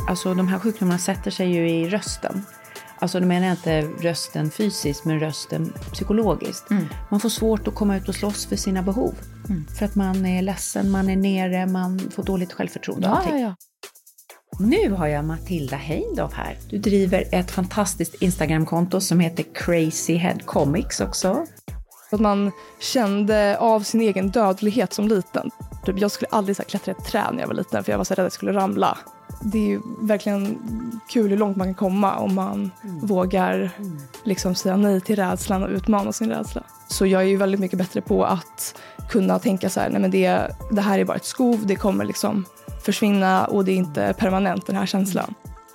Alltså de här sjukdomarna sätter sig ju i rösten. Alltså då menar jag inte rösten fysiskt men rösten psykologiskt. Man får svårt att komma ut och slåss för sina behov. För att man är ledsen, man är nere, man får dåligt självförtroende. Ja. Nu har jag Matilda Heindorff här. Du driver ett fantastiskt Instagramkonto som heter Crazy Head Comics också. Att man kände av sin egen dödlighet som liten. Jag skulle aldrig klättra i ett träd när jag var liten för jag var så rädd att jag skulle ramla. Det är ju verkligen kul hur långt man kan komma om man vågar liksom säga nej till rädslan och utmana sin rädsla. Så jag är ju väldigt mycket bättre på att kunna tänka så här, nej men det här är bara ett skov, det kommer liksom försvinna och det är inte permanent den här känslan.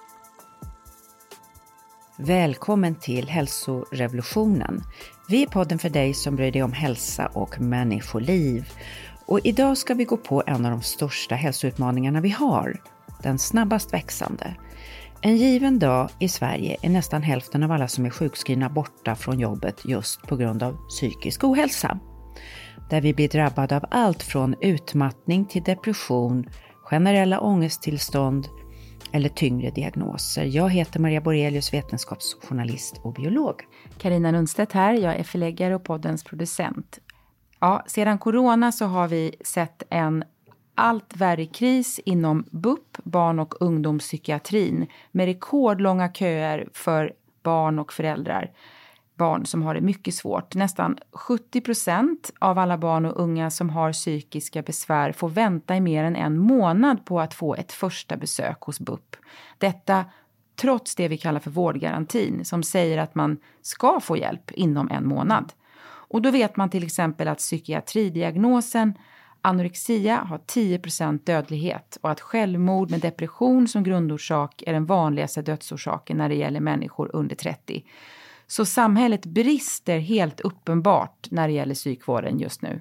Välkommen till Hälsorevolutionen. Vi är podden för dig som bryr dig om hälsa och människoliv. Och idag ska vi gå på en av de största hälsoutmaningarna vi har. Den snabbast växande. En given dag i Sverige är nästan hälften av alla som är sjukskrivna borta från jobbet just på grund av psykisk ohälsa. Där vi blir drabbade av allt från utmattning till depression, generella ångesttillstånd eller tyngre diagnoser. Jag heter Maria Borelius, vetenskapsjournalist och biolog. Carina Nunstedt här, jag är förläggare och poddens producent. Ja, sedan corona så har vi sett en allt värre kris inom BUP, barn- och ungdomspsykiatrin, med rekordlånga köer för barn och föräldrar. Barn som har det mycket svårt. Nästan 70% av alla barn och unga som har psykiska besvär får vänta i mer än en månad på att få ett första besök hos BUP. Detta trots det vi kallar för vårdgarantin, som säger att man ska få hjälp inom en månad. Och då vet man till exempel att psykiatridiagnosen anorexia har 10% dödlighet och att självmord med depression som grundorsak är den vanligaste dödsorsaken när det gäller människor under 30. Så samhället brister helt uppenbart när det gäller psykvården just nu.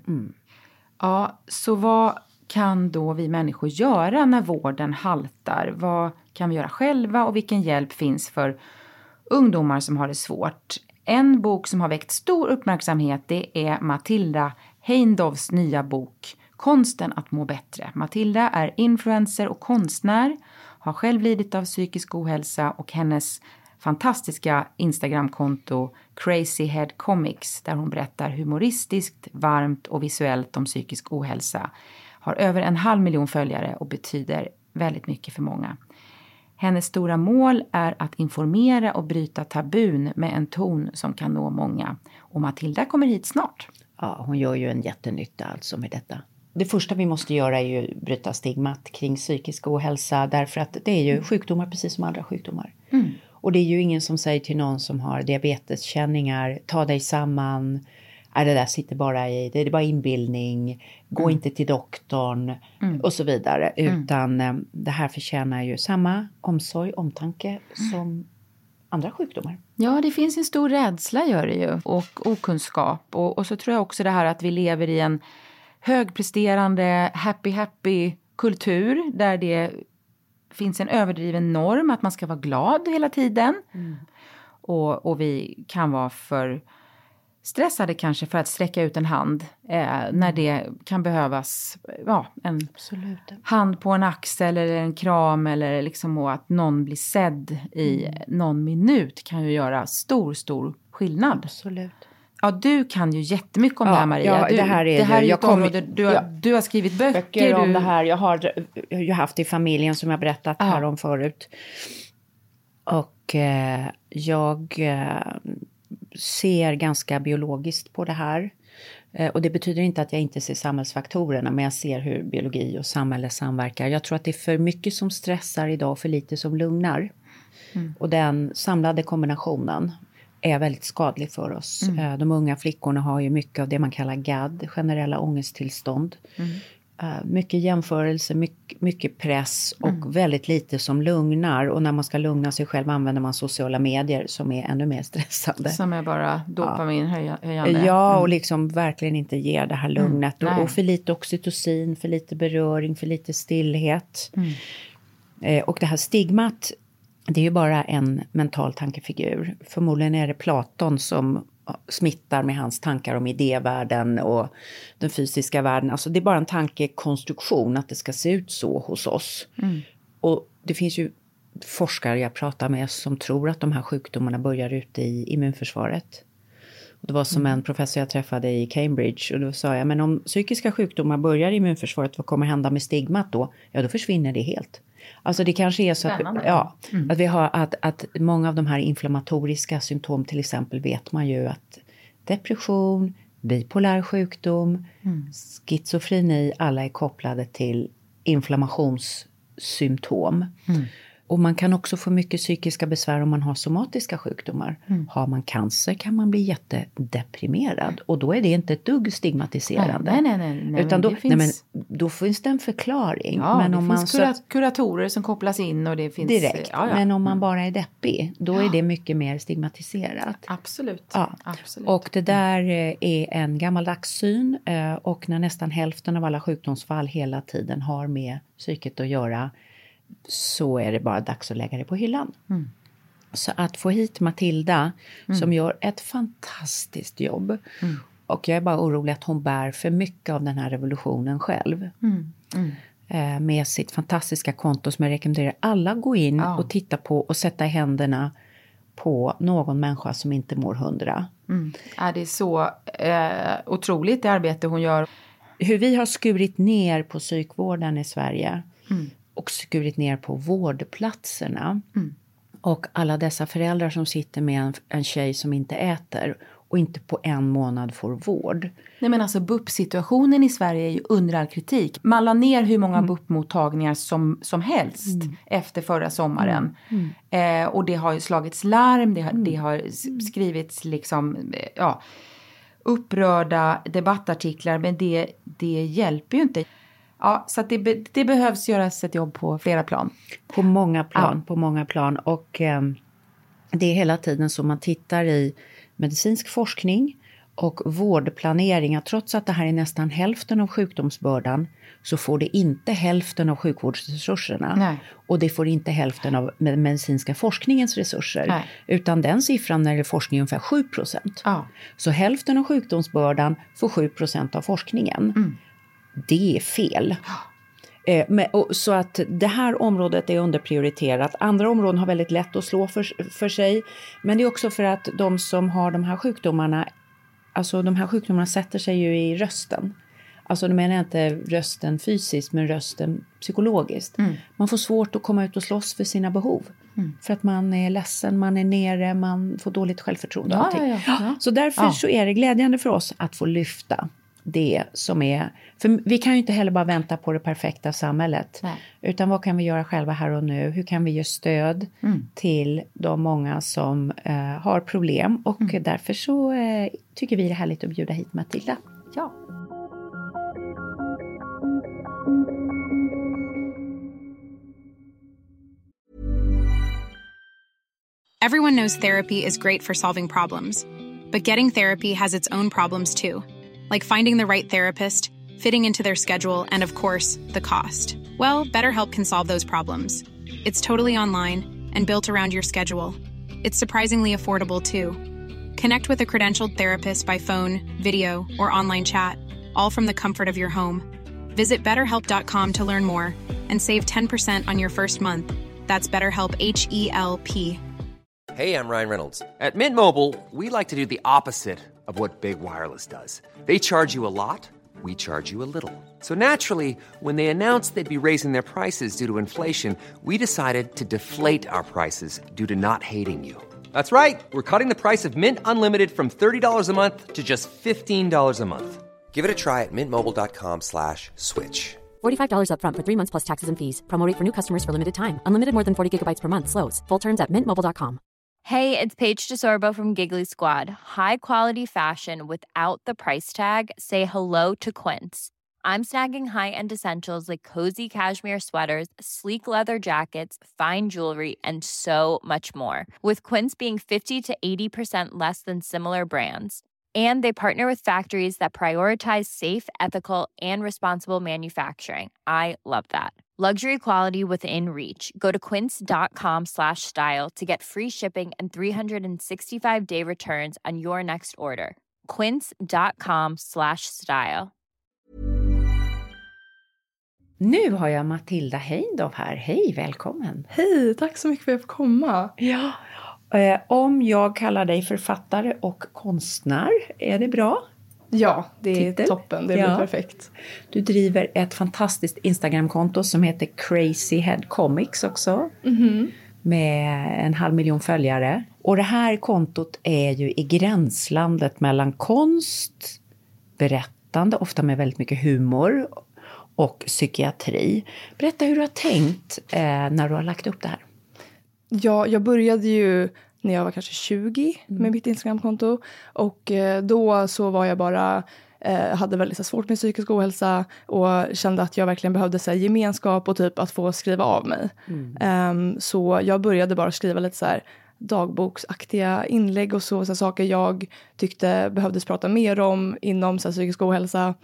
Ja, så vad kan då vi människor göra när vården haltar? Vad kan vi göra själva och vilken hjälp finns för ungdomar som har det svårt? En bok som har väckt stor uppmärksamhet, det är Matilda Heindorffs nya bok Konsten att må bättre. Matilda är influencer och konstnär, har själv lidit av psykisk ohälsa och hennes fantastiska Instagramkonto Crazy Head Comics, där hon berättar humoristiskt, varmt och visuellt om psykisk ohälsa, har över 500 000 följare och betyder väldigt mycket för många. Hennes stora mål är att informera och bryta tabun med en ton som kan nå många. Och Matilda kommer hit snart. Ja, hon gör ju en jättenytta alltså med detta. Det första vi måste göra är ju bryta stigmat kring psykisk ohälsa. Därför att det är ju sjukdomar precis som andra sjukdomar. Och det är ju ingen som säger till någon som har diabeteskänningar, ta dig samman. Det där sitter bara i, det är bara inbildning, gå inte till doktorn och så vidare. Utan det här förtjänar ju samma omsorg, omtanke som andra sjukdomar. Ja, det finns en stor rädsla gör det ju och okunskap. Och så tror jag också det här att vi lever i en högpresterande, happy kultur där det finns en överdriven norm att man ska vara glad hela tiden. Och vi kan vara för stressade kanske för att sträcka ut en hand när det kan behövas en hand på en axel eller en kram eller liksom att någon blir sedd i någon minut kan ju göra stor skillnad. Absolut. Ja, du kan ju jättemycket om det här, Maria. Det här är ju ett område, du har skrivit böcker om det här. Jag har ju haft i familjen som jag berättat här om förut. Och jag ser ganska biologiskt på det här. Och det betyder inte att jag inte ser samhällsfaktorerna, men jag ser hur biologi och samhälle samverkar. Jag tror att det är för mycket som stressar idag, för lite som lugnar. Och den samlade kombinationen är väldigt skadlig för oss. De unga flickorna har ju mycket av det man kallar GAD, generella ångesttillstånd. Mycket jämförelse, mycket press och väldigt lite som lugnar. Och när man ska lugna sig själv använder man sociala medier som är ännu mer stressande. Som är bara dopaminhöjande. Ja, och liksom verkligen inte ger det här lugnet. Och för lite oxytocin, för lite beröring, för lite stillhet. Och det här stigmat, det är ju bara en mental tankefigur. Förmodligen är det Platon som smittar med hans tankar om idévärlden och den fysiska världen. Alltså det är bara en tankekonstruktion att det ska se ut så hos oss. Och det finns ju forskare jag pratar med som tror att de här sjukdomarna börjar ute i immunförsvaret. Och det var som en professor jag träffade i Cambridge och då sa jag, men om psykiska sjukdomar börjar i immunförsvaret, vad kommer hända med stigmat då? Ja, då försvinner det helt. Alltså det kanske är så att vi har att många av de här inflammatoriska symptom, till exempel vet man ju att depression, bipolär sjukdom, schizofreni, alla är kopplade till inflammationssymptom. Och man kan också få mycket psykiska besvär om man har somatiska sjukdomar. Har man cancer kan man bli jättedeprimerad. Och då är det inte ett dugg stigmatiserande. Nej, utan då finns det en förklaring. Ja, men det om finns kuratorer som kopplas in och det finns... Direkt. Ja. Men om man bara är deppig, då är det mycket mer stigmatiserat. Absolut. Ja. Absolut. Och det där är en gammaldags syn. Och när nästan hälften av alla sjukdomsfall hela tiden har med psyket att göra, så är det bara dags att lägga det på hyllan. Så att få hit Matilda som gör ett fantastiskt jobb. Och jag är bara orolig att hon bär för mycket av den här revolutionen själv. Med sitt fantastiska konto som jag rekommenderar alla att gå in och titta på och sätta i händerna på någon människa som inte mår 100. Det är så otroligt det arbete hon gör. Hur vi har skurit ner på psykvården i Sverige. Och skurit ner på vårdplatserna. Och alla dessa föräldrar som sitter med en tjej som inte äter. Och inte på en månad får vård. Nej, men alltså BUP-situationen i Sverige är ju under all kritik. Man la ner hur många BUP-mottagningar som helst efter förra sommaren. Och det har ju slagits larm. Det har skrivits liksom... upprörda debattartiklar. Men det hjälper ju inte. Ja, så att det behövs göras ett jobb på flera plan. På många plan. Och det är hela tiden så man tittar i medicinsk forskning och vårdplanering. Trots att det här är nästan hälften av sjukdomsbördan, så får det inte hälften av sjukvårdsresurserna. Nej. Och det får inte hälften av medicinska forskningens resurser. Nej. Utan den siffran när det är forskning är ungefär 7%. Ja. Så hälften av sjukdomsbördan får 7% av forskningen. Det är fel. Så att det här området är underprioriterat. Andra områden har väldigt lätt att slå för sig. Men det är också för att de som har de här sjukdomarna, alltså de här sjukdomarna sätter sig ju i rösten. Alltså då menar jag inte rösten fysiskt, men rösten psykologiskt. Man får svårt att komma ut och slåss för sina behov. För att man är ledsen, man är nere, man får dåligt självförtroende. Ja. Så därför så är det glädjande för oss att få lyfta det som är... För vi kan ju inte heller bara vänta på det perfekta samhället. Nej. Utan vad kan vi göra själva här och nu? Hur kan vi ge stöd till de många som har problem? Och därför så tycker vi det är härligt att bjuda hit Matilda. Ja. Everyone knows therapy is great for solving problems. But getting therapy has its own problems too. Like finding the right therapist, fitting into their schedule, and of course, the cost. Well, BetterHelp can solve those problems. It's totally online and built around your schedule. It's surprisingly affordable too. Connect with a credentialed therapist by phone, video, or online chat, all from the comfort of your home. Visit BetterHelp.com to learn more and save 10% on your first month. That's BetterHelp, H-E-L-P. Hey, I'm Ryan Reynolds. At Mint Mobile, we like to do the opposite of what Big Wireless does. They charge you a lot, we charge you a little. So naturally, when they announced they'd be raising their prices due to inflation, we decided to deflate our prices due to not hating you. That's right. We're cutting the price of Mint Unlimited from $30 a month to just $15 a month. Give it a try at mintmobile.com/switch. $45 up front for 3 months plus taxes and fees. Promo rate for new customers for limited time. Unlimited more than 40 gigabytes per month. Slows full terms at mintmobile.com. Hey, it's Paige DeSorbo from Giggly Squad. High quality fashion without the price tag. Say hello to Quince. I'm snagging high-end essentials like cozy cashmere sweaters, sleek leather jackets, fine jewelry, and so much more. With Quince being 50 to 80% less than similar brands. And they partner with factories that prioritize safe, ethical, and responsible manufacturing. I love that. Luxury quality within reach. Go to quince.com/style to get free shipping and 365-day returns on your next order. Quince.com/style. Nu har jag Matilda Heindorff här. Hej, välkommen. Hej, tack så mycket för att jag får komma. Ja, om jag kallar dig författare och konstnär, är det bra? Ja, det är Titel? toppen. Det blir perfekt. Du driver ett fantastiskt Instagramkonto som heter Crazy Head Comics också. Mm-hmm. Med 500 000 följare. Och det här kontot är ju i gränslandet mellan konst, berättande, ofta med väldigt mycket humor, och psykiatri. Berätta hur du har tänkt när du har lagt upp det här. Ja, jag började ju när jag var kanske 20 med mitt Instagramkonto. Och då så var jag bara, hade väldigt så svårt med psykisk ohälsa. Och kände att jag verkligen behövde så här, gemenskap och typ att få skriva av mig. Så jag började bara skriva lite så här dagboksaktiga inlägg och så saker jag tyckte behövdes prata mer om inom så här, psykisk ohälsa.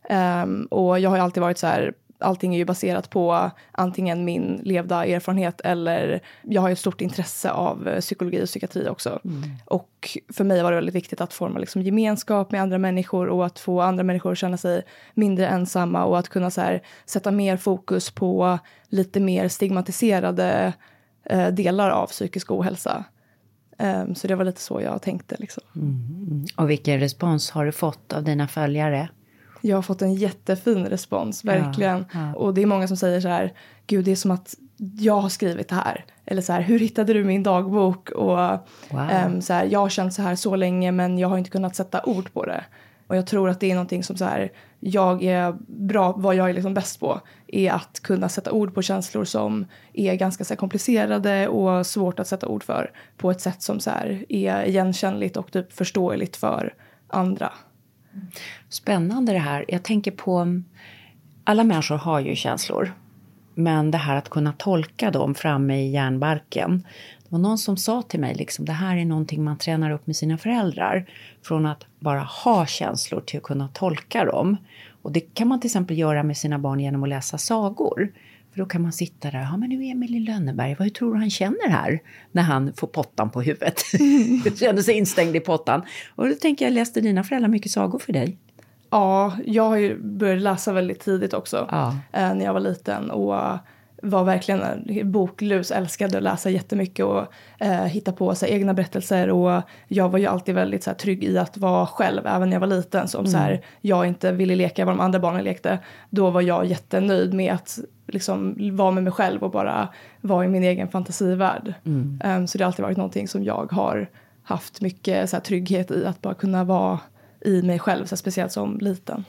Och jag har ju alltid varit så här, allting är ju baserat på antingen min levda erfarenhet eller jag har ju ett stort intresse av psykologi och psykiatri också. Och för mig var det väldigt viktigt att forma liksom gemenskap med andra människor och att få andra människor att känna sig mindre ensamma och att kunna så här, sätta mer fokus på lite mer stigmatiserade delar av psykisk ohälsa. Så det var lite så jag tänkte liksom. Och vilken respons har du fått av dina följare? Jag har fått en jättefin respons, verkligen. Ja. Och det är många som säger så här, gud det är som att jag har skrivit det här. Eller så här, hur hittade du min dagbok? Och så här, jag har känt så här så länge men jag har inte kunnat sätta ord på det. Och jag tror att det är någonting som så här, jag är bra, vad jag är liksom bäst på är att kunna sätta ord på känslor som är ganska så här, komplicerade och svårt att sätta ord för. På ett sätt som så här, är igenkännligt och typ förståeligt för andra. Spännande det här. Jag tänker på, alla människor har ju känslor. Men det här att kunna tolka dem framme i hjärnbarken. Det var någon som sa till mig liksom, det här är någonting man tränar upp med sina föräldrar. Från att bara ha känslor till att kunna tolka dem. Och det kan man till exempel göra med sina barn genom att läsa sagor. För då kan man sitta där, ja men nu är Emil i Lönneberg, vad tror du han känner här? När han får pottan på huvudet. Känner sig instängd i pottan. Och då tänker jag, läste dina föräldrar mycket sagor för dig? Ja, jag har ju börjat läsa väldigt tidigt också. När jag var liten och var verkligen boklus, älskade att läsa jättemycket och hitta på så här, egna berättelser. Och jag var ju alltid väldigt så här, trygg i att vara själv, även när jag var liten. Så om så här, jag inte ville leka vad de andra barnen lekte, då var jag jättenöjd med att liksom vara med mig själv och bara vara i min egen fantasivärld. Så det har alltid varit någonting som jag har haft mycket så här, trygghet i, att bara kunna vara i mig själv, så här, speciellt som liten.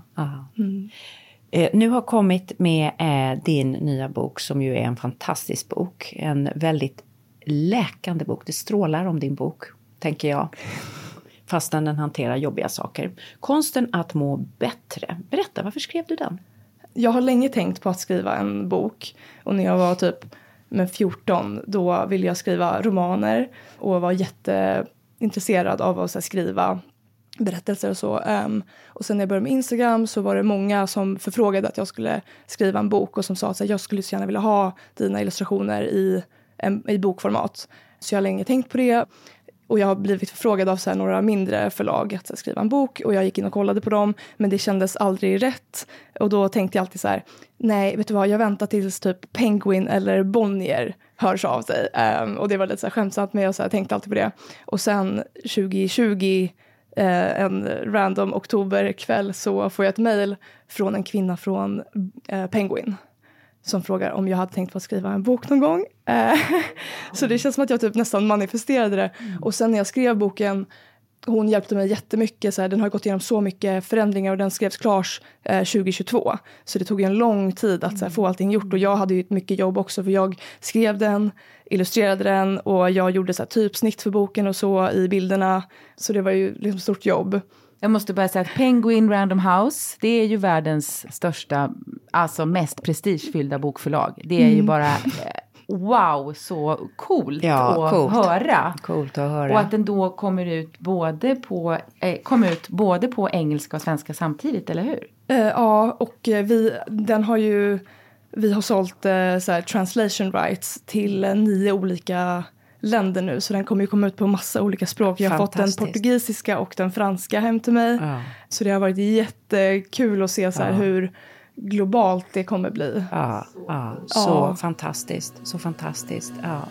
Nu har kommit med din nya bok som ju är en fantastisk bok. En väldigt läkande bok. Det strålar om din bok, tänker jag. Fastän den hanterar jobbiga saker. Konsten att må bättre. Berätta, varför skrev du den? Jag har länge tänkt på att skriva en bok. Och när jag var typ 14, då ville jag skriva romaner. Och var jätteintresserad av att skriva berättelser och så. Och sen när jag började med Instagram så var det många som förfrågade att jag skulle skriva en bok. Och som sa att jag skulle så gärna vilja ha dina illustrationer i bokformat. Så jag har länge tänkt på det. Och jag har blivit förfrågad av så här några mindre förlag att skriva en bok. Och jag gick in och kollade på dem. Men det kändes aldrig rätt. Och då tänkte jag alltid så här, nej vet du vad, jag väntar tills typ Penguin eller Bonnier hörs av sig. Och det var lite så här skämtsamt, men jag så här, tänkte alltid på det. Och sen 2020, en random oktoberkväll, så får jag ett mejl från en kvinna från Penguin. Som frågar om jag hade tänkt på att skriva en bok någon gång. Så det känns som att jag typ nästan manifesterade det. Och sen när jag skrev boken, hon hjälpte mig jättemycket. Så här, den har gått igenom så mycket förändringar och den skrevs klart 2022. Så det tog en lång tid att så här, få allting gjort. Och jag hade ju mycket jobb också, för jag skrev den, illustrerade den och jag gjorde så här, typsnitt för boken och så i bilderna. Så det var ju liksom stort jobb. Jag måste bara säga att Penguin Random House, det är ju världens största, alltså mest prestigefyllda bokförlag. Det är ju bara, wow, så coolt att höra. Coolt att höra. Och att den då kommer ut både på engelska och svenska samtidigt, eller hur? Ja, och vi har sålt så här, translation rights till 9 olika länder nu. Så den kommer ju komma ut på massa olika språk. Jag har fått den portugisiska och den franska hem till mig. Ja. Så det har varit jättekul att se så här, hur globalt det kommer bli. Ja, så fantastiskt. Så fantastiskt, ja.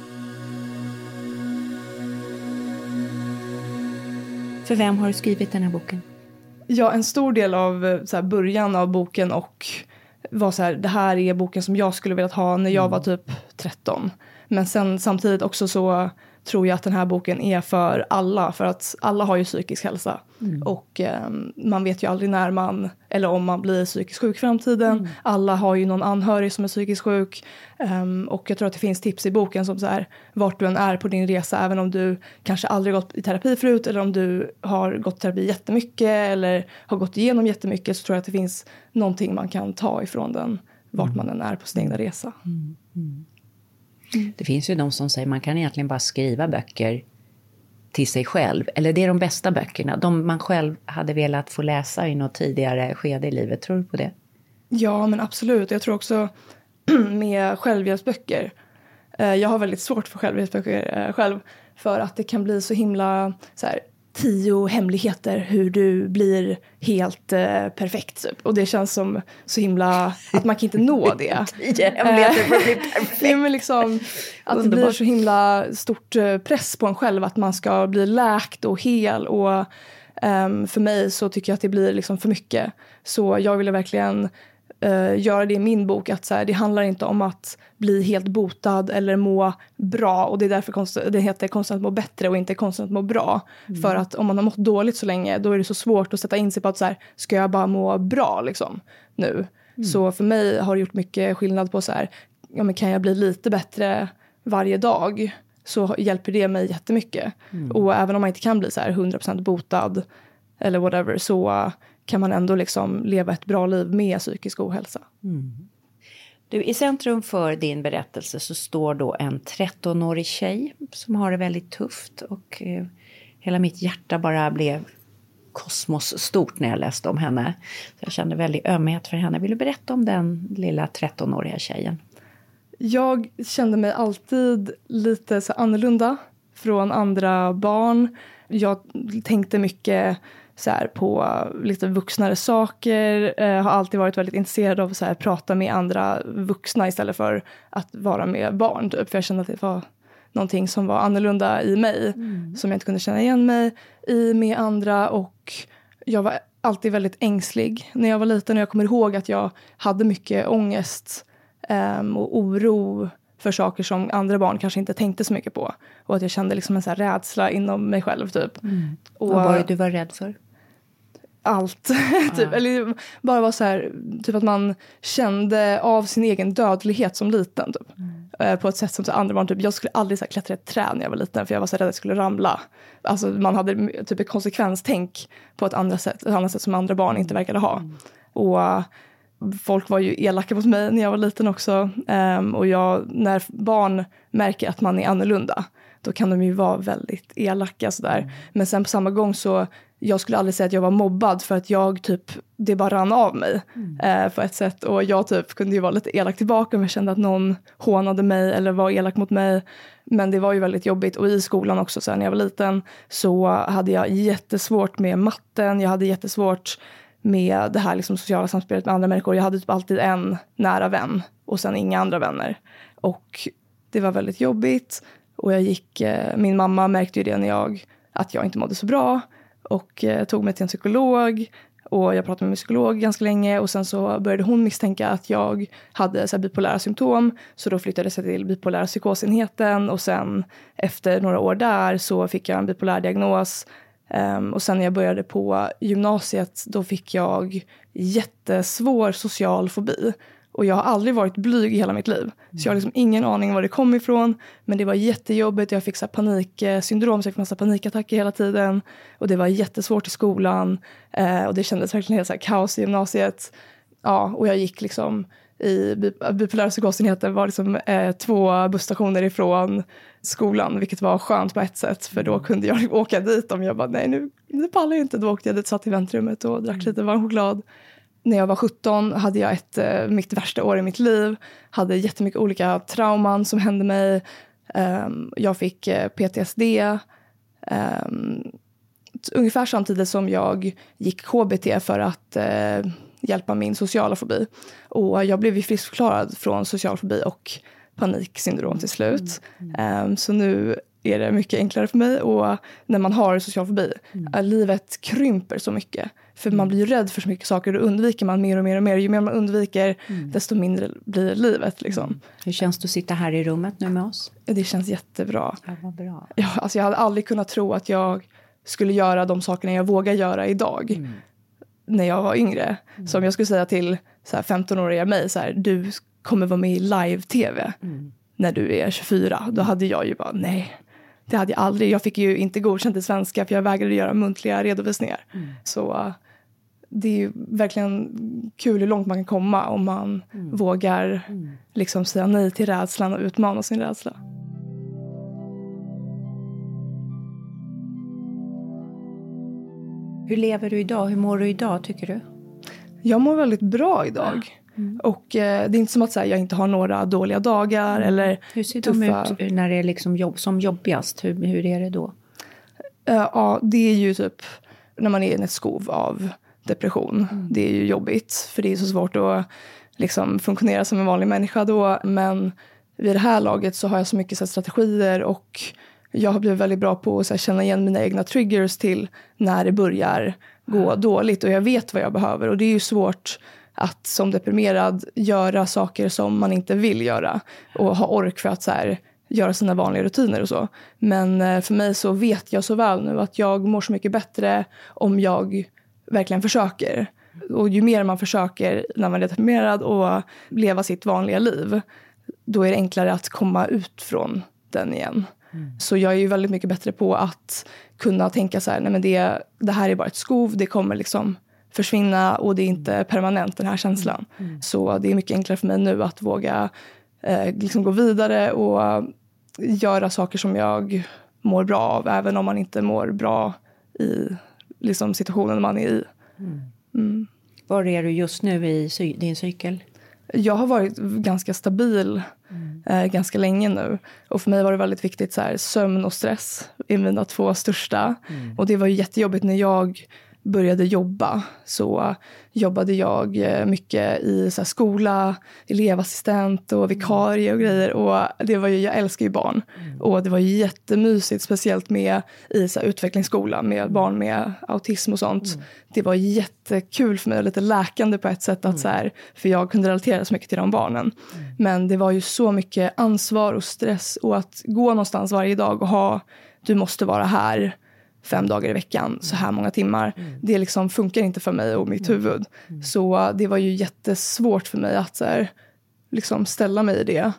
För vem har du skrivit den här boken? Ja, en stor del av så här, början av boken och var så här, det här är boken som jag skulle vilja ha när jag var typ 13. Men sen samtidigt också så tror jag att den här boken är för alla. För att alla har ju psykisk hälsa. Och man vet ju aldrig när man, eller om man blir psykiskt sjuk i framtiden. Alla har ju någon anhörig som är psykiskt sjuk. Och jag tror att det finns tips i boken som så här, vart du än är på din resa. Även om du kanske aldrig gått i terapi förut. Eller om du har gått terapi jättemycket. Eller har gått igenom jättemycket. Så tror jag att det finns någonting man kan ta ifrån den. Vart man än är på sin egna resa. Det finns ju de som säger man kan egentligen bara skriva böcker till sig själv. Eller det är de bästa böckerna. De man själv hade velat få läsa i något tidigare skede i livet. Tror du på det? Ja, men absolut. Jag tror också med självhjälpsböcker. Jag har väldigt svårt för självhjälpsböcker själv. För att det kan bli så himla så här, 10 hemligheter hur du blir helt perfekt. Typ. Och det känns som så himla att man kan inte nå det. 10 hemligheter för att bli perfekt. Nej, men liksom, att det blir så himla stort press på en själv att man ska bli läkt och hel. Och för mig så tycker jag att det blir liksom för mycket. Så jag ville verkligen göra det i min bok. Att så här, det handlar inte om att bli helt botad eller må bra. Och det är därför det heter konstant att må bättre och inte konstant att må bra. För att om man har mått dåligt så länge, då är det så svårt att sätta in sig på att så här, ska jag bara må bra liksom nu? Så för mig har det gjort mycket skillnad på så här, ja, men kan jag bli lite bättre varje dag, så hjälper det mig jättemycket. Och även om man inte kan bli så här 100% botad eller whatever, så kan man ändå liksom leva ett bra liv med psykisk ohälsa. Du, i centrum för din berättelse så står då en 13-årig tjej som har det väldigt tufft. Och hela mitt hjärta bara blev kosmos stort när jag läste om henne. Så jag kände väldigt ömhet för henne. Vill du berätta om den lilla 13-åriga tjejen? Jag kände mig alltid lite så annorlunda från andra barn. Jag tänkte mycket så här, på lite vuxnare saker. Har alltid varit väldigt intresserad av att prata med andra vuxna istället för att vara med barn. Typ. För jag kände att det var någonting som var annorlunda i mig. Som jag inte kunde känna igen mig i med andra. Och jag var alltid väldigt ängslig när jag var liten. Och jag kommer ihåg att jag hade mycket ångest och oro för saker som andra barn kanske inte tänkte så mycket på. Och att jag kände liksom en så här rädsla inom mig själv typ. Och vad var det du var rädd för? Allt. Typ. Eller bara var så här, typ att man kände av sin egen dödlighet som liten typ. På ett sätt som så andra barn typ. Jag skulle aldrig så här, klättra i ett träd när jag var liten, för jag var så rädd att jag skulle ramla. Alltså man hade typ ett konsekvenstänk på ett annat sätt som andra barn inte verkade ha. Och folk var ju elaka mot mig när jag var liten också. Och när barn märker att man är annorlunda, då kan de ju vara väldigt elaka sådär. Men sen på samma gång så, jag skulle aldrig säga att jag var mobbad, för att jag typ, det bara rann av mig på ett sätt. Och jag typ kunde ju vara lite elak tillbaka om jag kände att någon hånade mig eller var elak mot mig. Men det var ju väldigt jobbigt. Och i skolan också, så här, när jag var liten, så hade jag jättesvårt med matten. Jag hade jättesvårt med det här liksom sociala samspelet med andra människor. Jag hade typ alltid en nära vän och sen inga andra vänner. Och det var väldigt jobbigt. Och min mamma märkte ju det att jag inte mådde så bra. Och tog mig till en psykolog. Och jag pratade med en psykolog ganska länge. Och sen så började hon misstänka att jag hade så här bipolära symptom. Så då flyttades jag till bipolära psykosenheten. Och sen efter några år där så fick jag en bipolär diagnos. Och sen när jag började på gymnasiet, då fick jag jättesvår social fobi. Och jag har aldrig varit blyg i hela mitt liv. Så jag har liksom ingen aning var det kom ifrån. Men det var jättejobbigt. Jag fick så här paniksyndrom, så jag fick massa panikattacker hela tiden. Och det var jättesvårt i skolan. Och det kändes verkligen helt så här kaos i gymnasiet. Ja, och jag gick liksom i bipolära psykosenheten, var liksom 2 busstationer ifrån skolan, vilket var skönt på ett sätt, för då kunde jag åka dit om jag bara, nej nu pallar jag inte. Då åkte jag dit, satt i väntrummet och drack lite varm choklad. När jag var 17 hade jag mitt värsta år i mitt liv. Hade jättemycket olika trauman som hände mig. Jag fick PTSD. Ungefär samtidigt som jag gick KBT för att hjälpa min sociala fobi. Och jag blev ju friskförklarad från social fobi och paniksyndrom till slut. Så nu är det mycket enklare för mig. Och när man har social fobi, livet krymper så mycket. För man blir ju rädd för så mycket saker. Då undviker man mer och mer och mer. Ju mer man undviker, desto mindre blir livet. Liksom. Hur känns det att sitta här i rummet nu med oss? Det känns jättebra. Ja, vad bra. Ja, alltså jag hade aldrig kunnat tro att jag skulle göra de sakerna jag vågar göra idag. När jag var yngre. Så om jag skulle säga till så här 15-åriga mig så här, du kommer vara med i live-tv när du är 24. Då hade jag ju bara, nej. Det hade jag aldrig. Jag fick ju inte godkänt i svenska för jag vägrade göra muntliga redovisningar. Så det är ju verkligen kul hur långt man kan komma om man vågar liksom säga nej till rädslan och utmana sin rädsla. Hur lever du idag? Hur mår du idag, tycker du? Jag mår väldigt bra idag. Och det är inte som att säga, jag inte har några dåliga dagar eller hur ser tuffa... de ut när det är liksom som jobbigast? Hur är det då? Ja, det är ju typ när man är i ett skov av depression. Det är ju jobbigt för det är så svårt att liksom funktionera som en vanlig människa då. Men vid det här laget så har jag så mycket så här, strategier och jag har blivit väldigt bra på att så här, känna igen mina egna triggers till när det börjar gå dåligt. Och jag vet vad jag behöver och det är ju svårt att som deprimerad göra saker som man inte vill göra. Och ha ork för att så här, göra sina vanliga rutiner och så. Men för mig så vet jag så väl nu att jag mår så mycket bättre om jag verkligen försöker. Och ju mer man försöker när man är deprimerad och leva sitt vanliga liv, då är det enklare att komma ut från den igen. Så jag är ju väldigt mycket bättre på att kunna tänka så här, nej men det här är bara ett skov, det kommer liksom försvinna och det är inte permanent den här känslan. Så det är mycket enklare för mig nu att våga liksom gå vidare och göra saker som jag mår bra av, även om man inte mår bra i liksom situationen man är i. Var är du just nu i din cykel? Jag har varit ganska stabil ganska länge nu. Och för mig var det väldigt viktigt så här, sömn och stress är mina 2 största. Och det var ju jättejobbigt när jag började jobba. Så jobbade jag mycket i så här, skola, elevassistent och vikarie och grejer. Och det var ju, jag älskar ju barn. Och det var ju jättemysigt, speciellt med i så här, utvecklingsskola med barn med autism och sånt. Det var jättekul för mig, lite läkande på ett sätt att så här, för jag kunde relatera så mycket till de barnen. Men det var ju så mycket ansvar och stress och att gå någonstans varje dag och du måste vara här 5 dagar i veckan, så här många timmar. Det liksom funkar inte för mig och mitt huvud. Så det var ju jättesvårt för mig att så här, liksom ställa mig i det.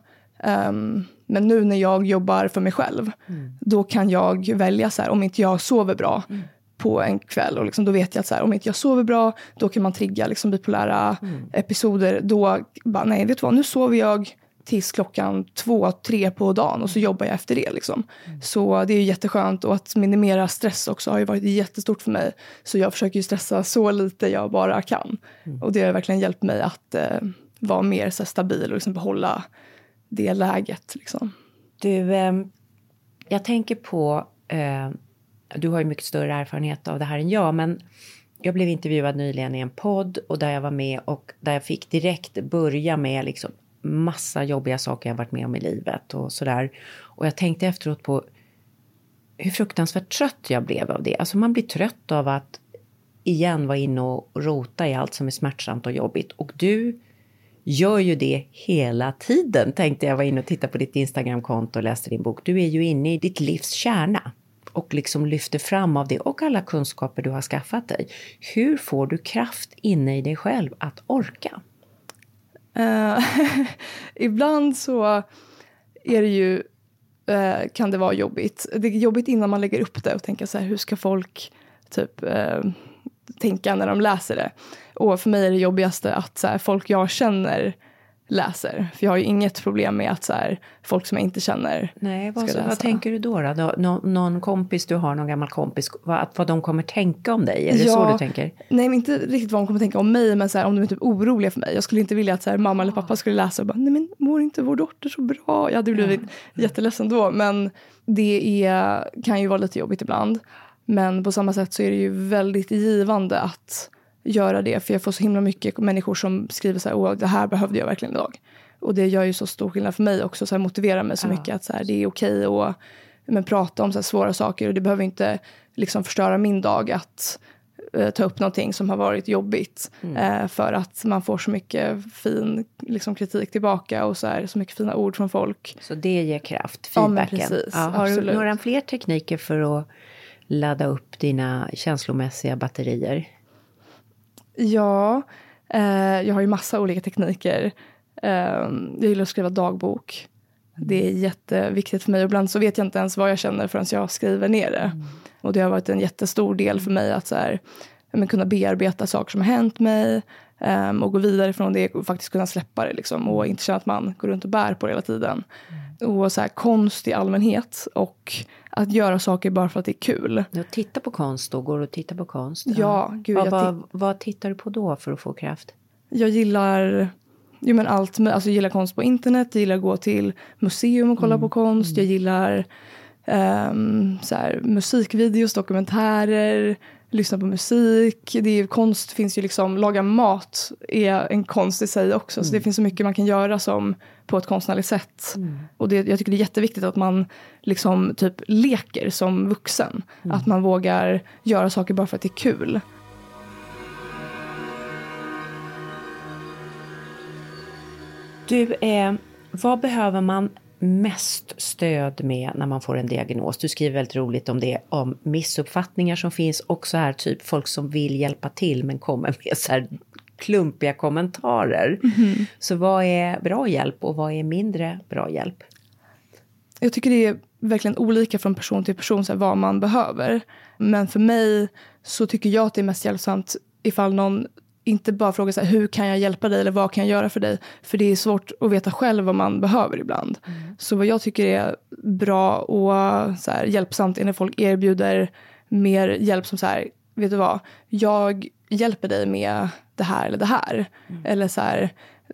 Men nu när jag jobbar för mig själv, då kan jag välja så här, om inte jag sover bra på en kväll. Och liksom, då vet jag att så här, om inte jag sover bra, då kan man trigga liksom, bipolära episoder. Då bara, nej vet du vad, nu sover jag tills 2-3 på dagen och så jobbar jag efter det liksom. Så det är ju jätteskönt och att minimera stress också har ju varit jättestort för mig. Så jag försöker ju stressa så lite jag bara kan. Och det har verkligen hjälpt mig att vara mer så här, stabil och liksom behålla det läget liksom. Du, jag tänker på, du har ju mycket större erfarenhet av det här än jag, men jag blev intervjuad nyligen i en podd och där jag var med och där jag fick direkt börja med liksom massa jobbiga saker jag varit med om i livet och sådär. Och jag tänkte efteråt på hur fruktansvärt trött jag blev av det. Alltså man blir trött av att igen vara inne och rota i allt som är smärtsamt och jobbigt. Och du gör ju det hela tiden, tänkte jag var inne och titta på ditt Instagram-konto och läste din bok. Du är ju inne i ditt livs kärna och liksom lyfter fram av det och alla kunskaper du har skaffat dig. Hur får du kraft inne i dig själv att orka? Ibland så är det ju kan det vara jobbigt. Det är jobbigt innan man lägger upp det och tänka så här, hur ska folk typ tänka när de läser det. Och för mig är det jobbigaste att så här, folk jag känner läser. För jag har ju inget problem med att så här, folk som jag inte känner ska läsa. Vad tänker du då? Någon kompis du har, någon gammal kompis, vad de kommer tänka om dig? Är det så du tänker? Nej, men inte riktigt vad de kommer tänka om mig, men så här, om de är typ oroliga för mig. Jag skulle inte vilja att så här, mamma eller pappa skulle läsa och bara, nej men mår inte vår dotter så bra? Jag hade blivit jätteledsen då, men kan ju vara lite jobbigt ibland. Men på samma sätt så är det ju väldigt givande att göra det. För jag får så himla mycket människor som skriver så här, det här behövde jag verkligen idag. Och det gör ju så stor skillnad för mig också, så här, motiverar mig så mycket att så här, det är okej att prata om så här svåra saker. Och det behöver inte liksom förstöra min dag att ta upp någonting som har varit jobbigt. För att man får så mycket fin liksom, kritik tillbaka och så mycket fina ord från folk. Så det ger kraft, feedbacken. Ja, men precis. Har du några fler tekniker för att ladda upp dina känslomässiga batterier? Ja, jag har ju massa olika tekniker. Jag gillar att skriva dagbok. Det är jätteviktigt för mig. Ibland så vet jag inte ens vad jag känner förrän jag skriver ner det. Och det har varit en jättestor del för mig att så här, kunna bearbeta saker som har hänt mig. Och gå vidare från det och faktiskt kunna släppa det. Liksom, och inte känna att man går runt och bär på det hela tiden. Och så här, konst i allmänhet. Och att göra saker bara för att det är kul. Titta på konst då? Går du att titta på konst? Ja, gud. Vad tittar du på då för att få kraft? Jag gillar... allt med, alltså jag gillar konst på internet, jag gillar att gå till museum och kolla på konst, jag gillar så här, musikvideos, dokumentärer, lyssna på musik. Det är, konst finns ju liksom, laga mat är en konst i sig också, så det finns så mycket man kan göra som på ett konstnärligt sätt. Och jag tycker det är jätteviktigt att man liksom typ leker som vuxen, att man vågar göra saker bara för att det är kul. Vad behöver man mest stöd med när man får en diagnos? Du skriver väldigt roligt om det, om missuppfattningar som finns. Och så här typ folk som vill hjälpa till men kommer med så här klumpiga kommentarer. Så vad är bra hjälp och vad är mindre bra hjälp? Jag tycker det är verkligen olika från person till person så här, vad man behöver. Men för mig så tycker jag att det är mest hjälpsamt ifall någon inte bara frågar så här, hur kan jag hjälpa dig eller vad kan jag göra för dig? För det är svårt att veta själv vad man behöver ibland. Så vad jag tycker är bra och så här, hjälpsamt är när folk erbjuder mer hjälp som så här, vet du vad? Jag hjälper dig med det här eller det här. Eller så här,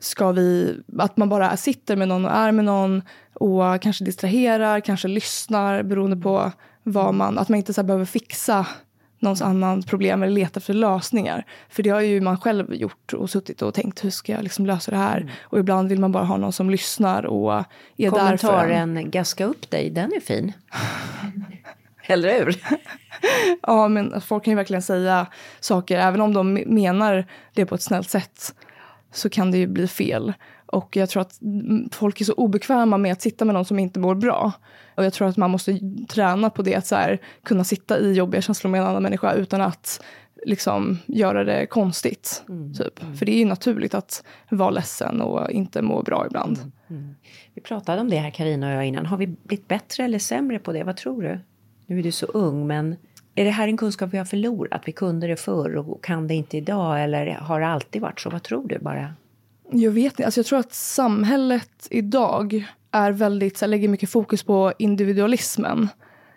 att man bara sitter med någon och är med någon och kanske distraherar, kanske lyssnar beroende på att man inte så här, behöver fixa någons annan problem eller leta efter lösningar. För det har ju man själv gjort och suttit och tänkt, hur ska jag liksom lösa det här? Och ibland vill man bara ha någon som lyssnar och är där för en. Kommentaren, gaska upp dig, den är fin. Eller hur? Ja, men folk kan ju verkligen säga saker, även om de menar det på ett snällt sätt, så kan det ju bli fel. Och jag tror att folk är så obekväma med att sitta med någon som inte mår bra. Och jag tror att man måste träna på det, att så här, kunna sitta i jobbiga känslor med en annan människa utan att liksom göra det konstigt. Typ. För det är ju naturligt att vara ledsen och inte må bra ibland. Vi pratade om det här, Carina och jag, innan. Har vi blivit bättre eller sämre på det? Vad tror du? Nu är du så ung, men är det här en kunskap vi har förlorat? Vi kunde det förr och kan det inte idag, eller har det alltid varit så? Vad tror du bara? Jag vet inte. Alltså jag tror att samhället idag är väldigt, så här, lägger mycket fokus på individualismen.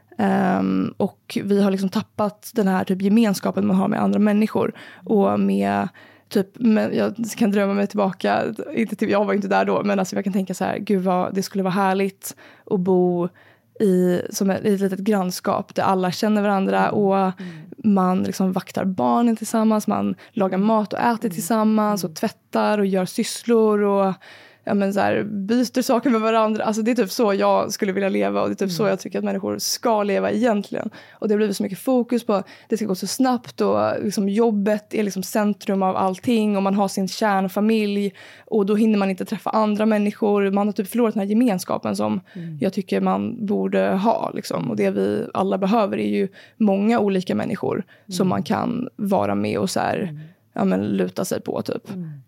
Och vi har liksom tappat den här typ gemenskapen man har med andra människor. Och med typ, jag kan drömma mig tillbaka, jag var inte där då, men alltså jag kan tänka så här, gud vad det skulle vara härligt att bo i ett litet grannskap där alla känner varandra och man liksom vaktar barnen tillsammans, man lagar mat och äter tillsammans och tvättar och gör sysslor och så här, byter saker med varandra. Alltså det är typ så jag skulle vilja leva och det är typ så jag tycker att människor ska leva egentligen. Och det har blivit så mycket fokus på det ska gå så snabbt och liksom jobbet är liksom centrum av allting och man har sin kärnfamilj och då hinner man inte träffa andra människor. Man har typ förlorat den här gemenskapen som jag tycker man borde ha liksom. Och det vi alla behöver är ju många olika människor som man kan vara med och så här, luta sig på typ.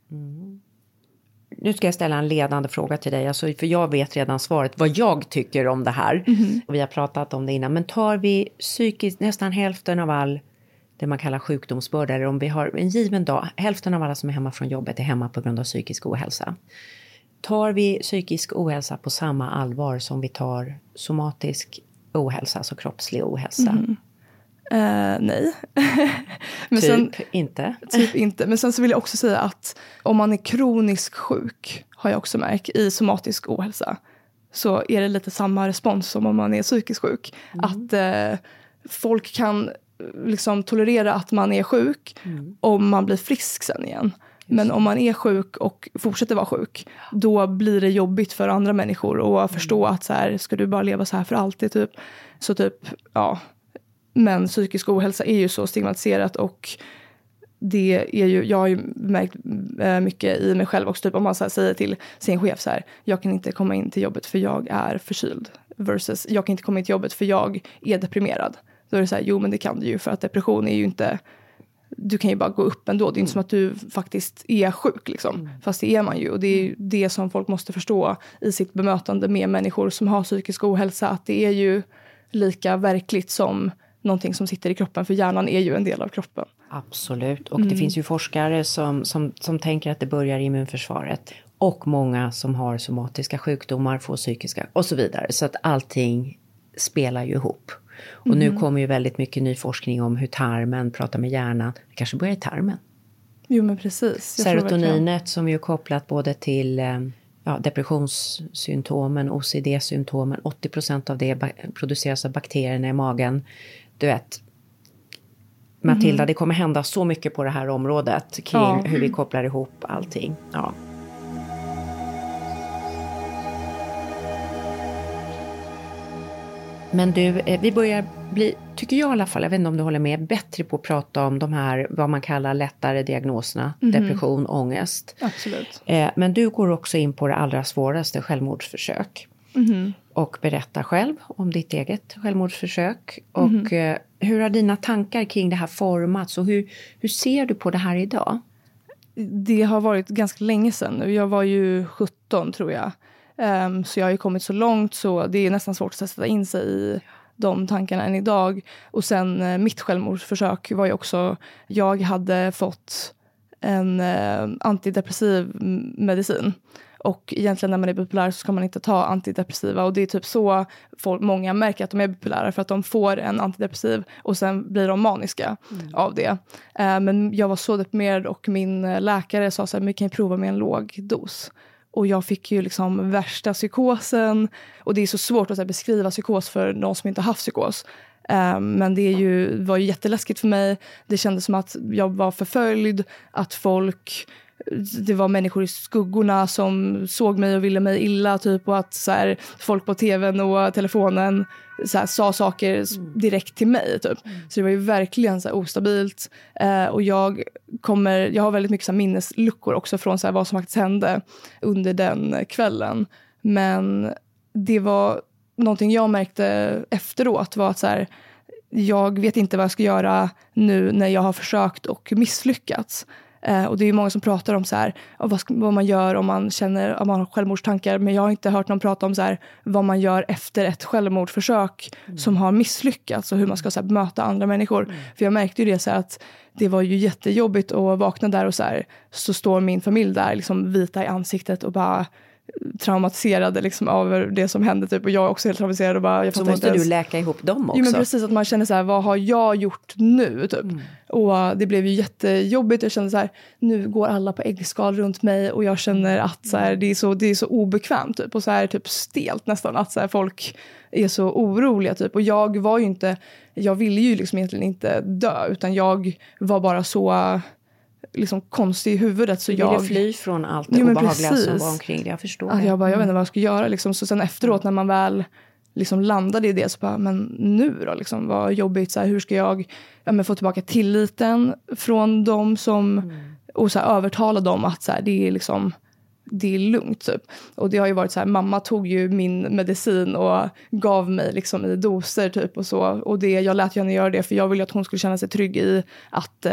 Nu ska jag ställa en ledande fråga till dig. Alltså, för jag vet redan svaret vad jag tycker om det här. Vi har pratat om det innan. Men tar vi psykiskt nästan hälften av all det man kallar sjukdomsbörda. Eller om vi har en given dag. Hälften av alla som är hemma från jobbet är hemma på grund av psykisk ohälsa. Tar vi psykisk ohälsa på samma allvar som vi tar somatisk ohälsa. Alltså kroppslig ohälsa? Nej. Men typ inte. Typ inte. Men sen så vill jag också säga att om man är kroniskt sjuk, har jag också märkt, i somatisk ohälsa, så är det lite samma respons som om man är psykiskt sjuk. Att folk kan liksom tolerera att man är sjuk om man blir frisk sen igen. Men om man är sjuk och fortsätter vara sjuk, då blir det jobbigt för andra människor att förstå att så här, ska du bara leva så här för alltid typ. Så typ, ja. Men psykisk ohälsa är ju så stigmatiserat, och det är ju, jag har ju märkt mycket i mig själv också, typ om man så här säger till sin chef så här, jag kan inte komma in till jobbet för jag är förkyld, versus jag kan inte komma in till jobbet för jag är deprimerad. Då är det så här, jo men det kan du ju, för att depression är ju inte, du kan ju bara gå upp ändå. Det är inte som att du faktiskt är sjuk liksom. Fast det är man ju. Och det är det som folk måste förstå i sitt bemötande med människor som har psykisk ohälsa. Att det är ju lika verkligt som någonting som sitter i kroppen. För hjärnan är ju en del av kroppen. Absolut. Och det finns ju forskare som tänker att det börjar i immunförsvaret. Och många som har somatiska sjukdomar får psykiska och så vidare. Så att allting spelar ju ihop. Och nu kommer ju väldigt mycket ny forskning om hur tarmen pratar med hjärnan. Det kanske börjar i tarmen. Jo men precis. Serotoninet som ju är kopplat både till depressionssymptomen, OCD-symptomen. 80% av det produceras av bakterierna i magen. Du vet, Matilda, det kommer hända så mycket på det här området kring hur vi kopplar ihop allting. Ja. Men du, vi börjar bli, tycker jag i alla fall, jag vet inte om du håller med, bättre på att prata om de här, vad man kallar lättare diagnoserna, depression, ångest. Absolut. Men du går också in på det allra svåraste, självmordsförsök. Och berättar själv om ditt eget självmordsförsök. Och hur har dina tankar kring det här formats, och hur ser du på det här idag? Det har varit ganska länge sedan nu. Jag var ju 17 tror jag. Så jag har ju kommit så långt så det är nästan svårt att sätta in sig i de tankarna än idag. Och sen mitt självmordsförsök var ju också, jag hade fått en antidepressiv medicin. Och egentligen när man är bipolär så ska man inte ta antidepressiva. Och det är typ så många märker att de är bipolära, för att de får en antidepressiv och sen blir de maniska av det. Men jag var så deprimerad och min läkare sa så här, men vi kan ju prova med en låg dos. Och jag fick ju liksom värsta psykosen. Och det är så svårt att beskriva psykos för någon som inte har haft psykos. Men det var ju jätteläskigt för mig. Det kändes som att jag var förföljd. Att det var människor i skuggorna som såg mig och ville mig illa typ, och att så här, folk på tvn och telefonen så här, sa saker direkt till mig typ. Så det var ju verkligen så här, ostabilt. Och jag har väldigt mycket så här, minnesluckor också från så här, vad som faktiskt hände under den kvällen. Men det var någonting jag märkte efteråt, var att så här, jag vet inte vad jag ska göra nu när jag har försökt och misslyckats. Och det är ju många som pratar om så här, vad man gör om man känner om man har självmordstankar. Men jag har inte hört någon prata om så här, vad man gör efter ett självmordsförsök som har misslyckats. Och hur man ska så här, möta andra människor. För jag märkte ju det så här, att det var ju jättejobbigt att vakna där. Och så står min familj där liksom vita i ansiktet och bara traumatiserade liksom över det som hände typ, och jag är också helt traumatiserad och bara, så måste du läka ihop dem också. Jo men precis, att man känner så här, vad har jag gjort nu typ. Och det blev ju jättejobbigt. Jag kände så här, nu går alla på äggskal runt mig och jag känner att så här, det är så obekvämt typ, och så här typ stelt nästan, att så här, folk är så oroliga typ. Och jag ville ju liksom egentligen inte dö, utan jag var bara så liksom konstig i huvudet, så jag ville fly från allt det obehagliga som var omkring det. Jag förstår det. Jag vet inte vad jag ska göra liksom. Så sen efteråt när man väl liksom landade i det, så bara, men nu då liksom, vad jobbigt, så här, hur ska jag få tillbaka tilliten från dem som och så här, övertala dem att så här, det är liksom, det är lugnt typ. Och det har ju varit så här, mamma tog ju min medicin och gav mig liksom i doser typ, och så, och jag lät henne göra det, för jag ville att hon skulle känna sig trygg i att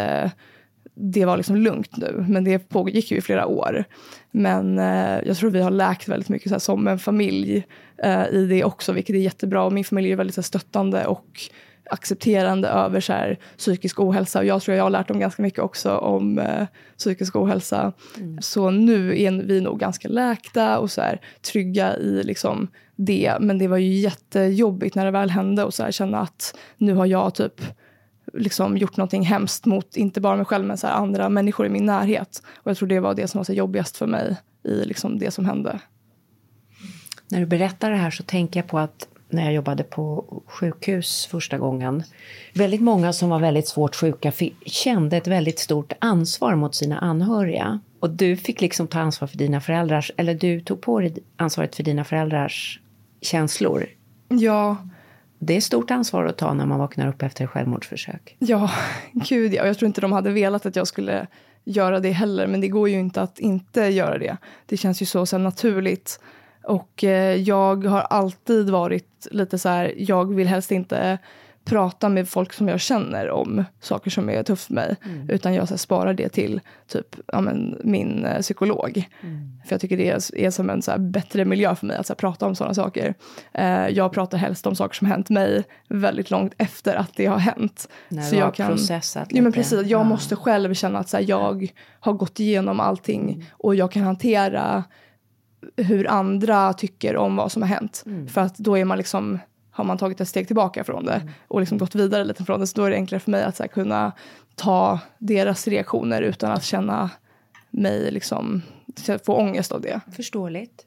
det var liksom lugnt nu. Men det pågick ju i flera år. Men jag tror vi har läkt väldigt mycket så här, som en familj i det också, vilket är jättebra. Och min familj är väldigt så här, stöttande och accepterande över så här, psykisk ohälsa. Och jag tror jag har lärt dem ganska mycket också om psykisk ohälsa. Så nu är vi nog ganska läkta och så här, trygga i liksom, det. Men det var ju jättejobbigt när det väl hände, och så här, känna att nu har jag typ liksom gjort någonting hemskt mot inte bara mig själv, men så här, andra människor i min närhet. Och jag tror det var det som var så jobbigast för mig i liksom det som hände. När du berättar det här så tänker jag på att när jag jobbade på sjukhus första gången. Väldigt många som var väldigt svårt sjuka kände ett väldigt stort ansvar mot sina anhöriga. Och du fick liksom ta ansvar för dina föräldrars, eller du tog på dig ansvaret för dina föräldrars känslor. Ja. Det är stort ansvar att ta när man vaknar upp efter självmordsförsök. Ja, gud ja. Jag tror inte de hade velat att jag skulle göra det heller. Men det går ju inte att inte göra det. Det känns ju så naturligt. Och jag har alltid varit lite så här, jag vill helst inte prata med folk som jag känner om saker som är tufft för mig. Utan jag så här, sparar det till typ min psykolog. För jag tycker det är som en så här, bättre miljö för mig att så här, prata om sådana saker. Jag pratar helst om saker som hänt mig väldigt långt efter att det har hänt. När så du jag har kan processat lite. Ja, men precis. Jag måste själv känna att så här, jag har gått igenom allting. Och jag kan hantera hur andra tycker om vad som har hänt. För att då är man liksom, har man tagit ett steg tillbaka från det och liksom gått vidare lite från det, så då är det enklare för mig att så här, kunna ta deras reaktioner utan att känna mig liksom, få ångest av det. Förståeligt.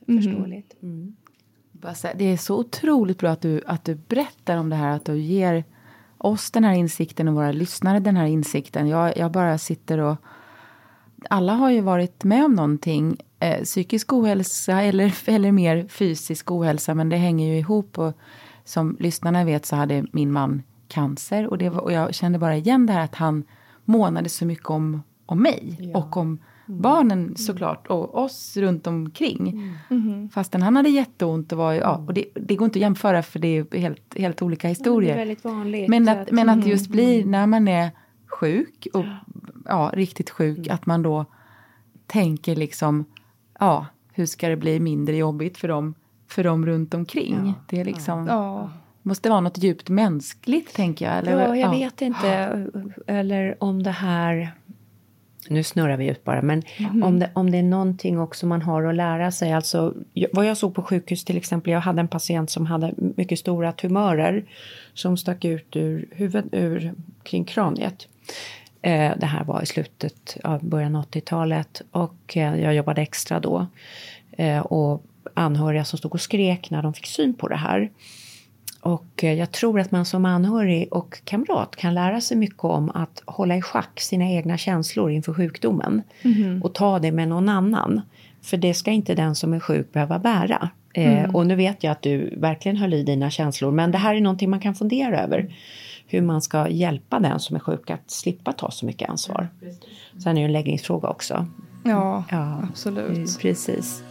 Det är så otroligt bra att du berättar om det här, att du ger oss den här insikten och våra lyssnare den här insikten. Jag bara sitter och alla har ju varit med om någonting, psykisk ohälsa eller mer fysisk ohälsa, men det hänger ju ihop. Och som lyssnarna vet så hade min man cancer, och jag kände bara igen det här att han månade så mycket om mig och om barnen såklart och oss runt omkring. Fastän han hade jätteont och och det går inte att jämföra för det är helt olika historier. Det är väldigt vanligt. Men att just blir när man är sjuk och riktigt sjuk, att man då tänker liksom, hur ska det bli mindre jobbigt för dem runt omkring. Det är liksom måste vara något djupt mänskligt, tänker jag. Eller? Jag vet inte. Eller om det här, nu snurrar vi ut bara, men om det är någonting också man har att lära sig. Alltså, vad jag såg på sjukhus till exempel, jag hade en patient som hade mycket stora tumörer som stack ut ur huvudet, kring kraniet. Det här var i slutet av början av 80-talet, och jag jobbade extra då. Och anhöriga som stod och skrek när de fick syn på det här. Och jag tror att man som anhörig och kamrat kan lära sig mycket om att hålla i schack sina egna känslor inför sjukdomen. Och ta det med någon annan. För det ska inte den som är sjuk behöva bära. Och nu vet jag att du verkligen höll i dina känslor. Men det här är någonting man kan fundera över. Hur man ska hjälpa den som är sjuk att slippa ta så mycket ansvar. Sen är det en läggningsfråga också. Ja, absolut. Precis.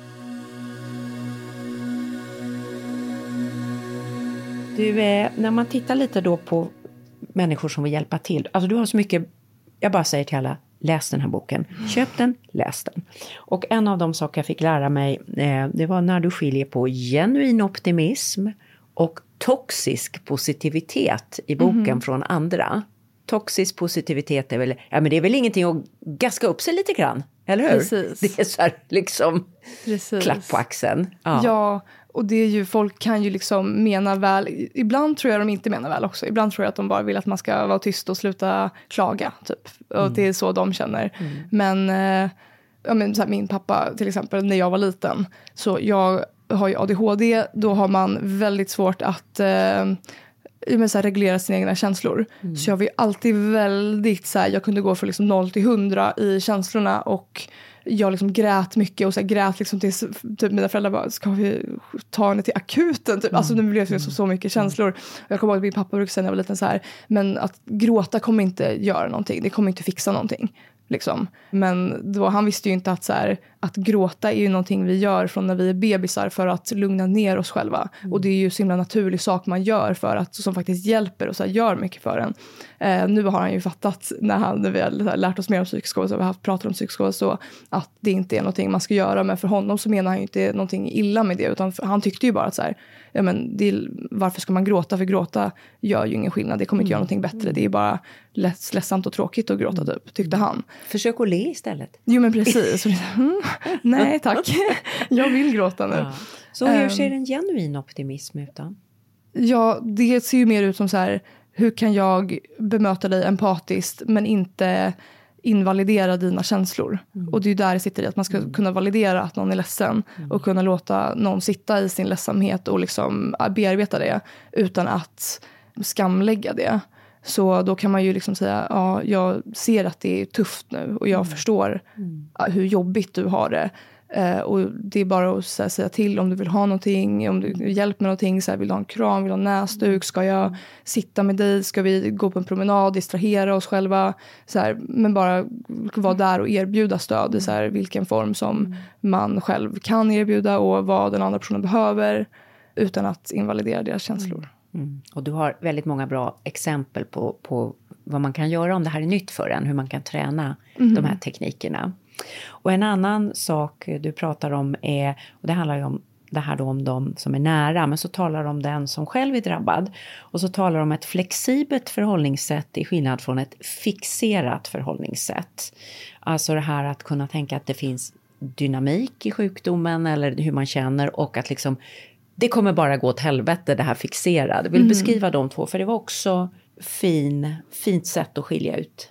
Du, när man tittar lite då på människor som vill hjälpa till. Alltså du har så mycket, jag bara säger till alla, läs den här boken. Köp den, läs den. Och en av de saker jag fick lära mig, det var när du skiljer på genuin optimism och toxisk positivitet i boken från andra. Toxisk positivitet är väl, men det är väl ingenting att gaska upp sig lite grann, eller hur? Precis. Det är så här liksom klapp på axeln. Ja. Och det är ju, folk kan ju liksom mena väl. Ibland tror jag de inte menar väl också. Ibland tror jag att de bara vill att man ska vara tyst och sluta klaga, typ. Och det är så de känner. Men, så här, min pappa till exempel, när jag var liten. Så jag har ju ADHD. Då har man väldigt svårt att så här, reglera sina egna känslor. Så jag var ju alltid väldigt så här, jag kunde gå från liksom 0 till 100 i känslorna, och jag liksom grät mycket och så här, grät liksom till typ mina föräldrar bara, ska vi ta henne till akuten typ. Alltså det blev så mycket känslor. Och jag kommer ihåg att min pappa brukade säga när jag var liten så här, men att gråta kommer inte göra någonting, det kommer inte fixa någonting liksom. Men då, han visste ju inte att så här, att gråta är ju någonting vi gör från när vi är bebisar för att lugna ner oss själva. Och det är ju så himla naturlig sak man gör för att, som faktiskt hjälper och så här, gör mycket för en. Nu har han ju fattat när vi har lärt oss mer om psykisk ohälsa och vi har pratat om psykisk ohälsa, så att det inte är någonting man ska göra. Men för honom så menar han ju inte någonting illa med det, utan han tyckte ju bara att så här, varför ska man gråta? För gråta gör ju ingen skillnad. Det kommer inte göra någonting bättre. Det är bara ledsamt och tråkigt att gråta typ, tyckte han. Försök att le istället. Jo, men precis. Nej tack, jag vill gråta nu. Så hur ser en genuin optimism ut då? Ja, det ser ju mer ut som så här, hur kan jag bemöta dig empatiskt men inte invalidera dina känslor. Och det är ju där det sitter i, att man ska kunna validera att någon är ledsen och kunna låta någon sitta i sin ledsamhet och liksom bearbeta det utan att skamlägga det. Så då kan man ju liksom säga, ja, jag ser att det är tufft nu och jag förstår hur jobbigt du har det. Och det är bara att säga till om du vill ha någonting, om du hjälp med någonting, så här, vill du ha en kram, vill du ha en näsduk, ska jag sitta med dig, ska vi gå på en promenad, distrahera oss själva, så här, men bara vara där och erbjuda stöd i så här, vilken form som man själv kan erbjuda och vad den andra personen behöver utan att invalidera deras känslor. Och du har väldigt många bra exempel på vad man kan göra om det här är nytt för en, hur man kan träna de här teknikerna. Och en annan sak du pratar om är, och det handlar ju om det här då om de som är nära, men så talar du om den som själv är drabbad. Och så talar du om ett flexibelt förhållningssätt i skillnad från ett fixerat förhållningssätt. Alltså det här att kunna tänka att det finns dynamik i sjukdomen eller hur man känner, och att liksom det kommer bara gå åt helvete, det här fixerade. Vill beskriva de två, för det var också fint sätt att skilja ut.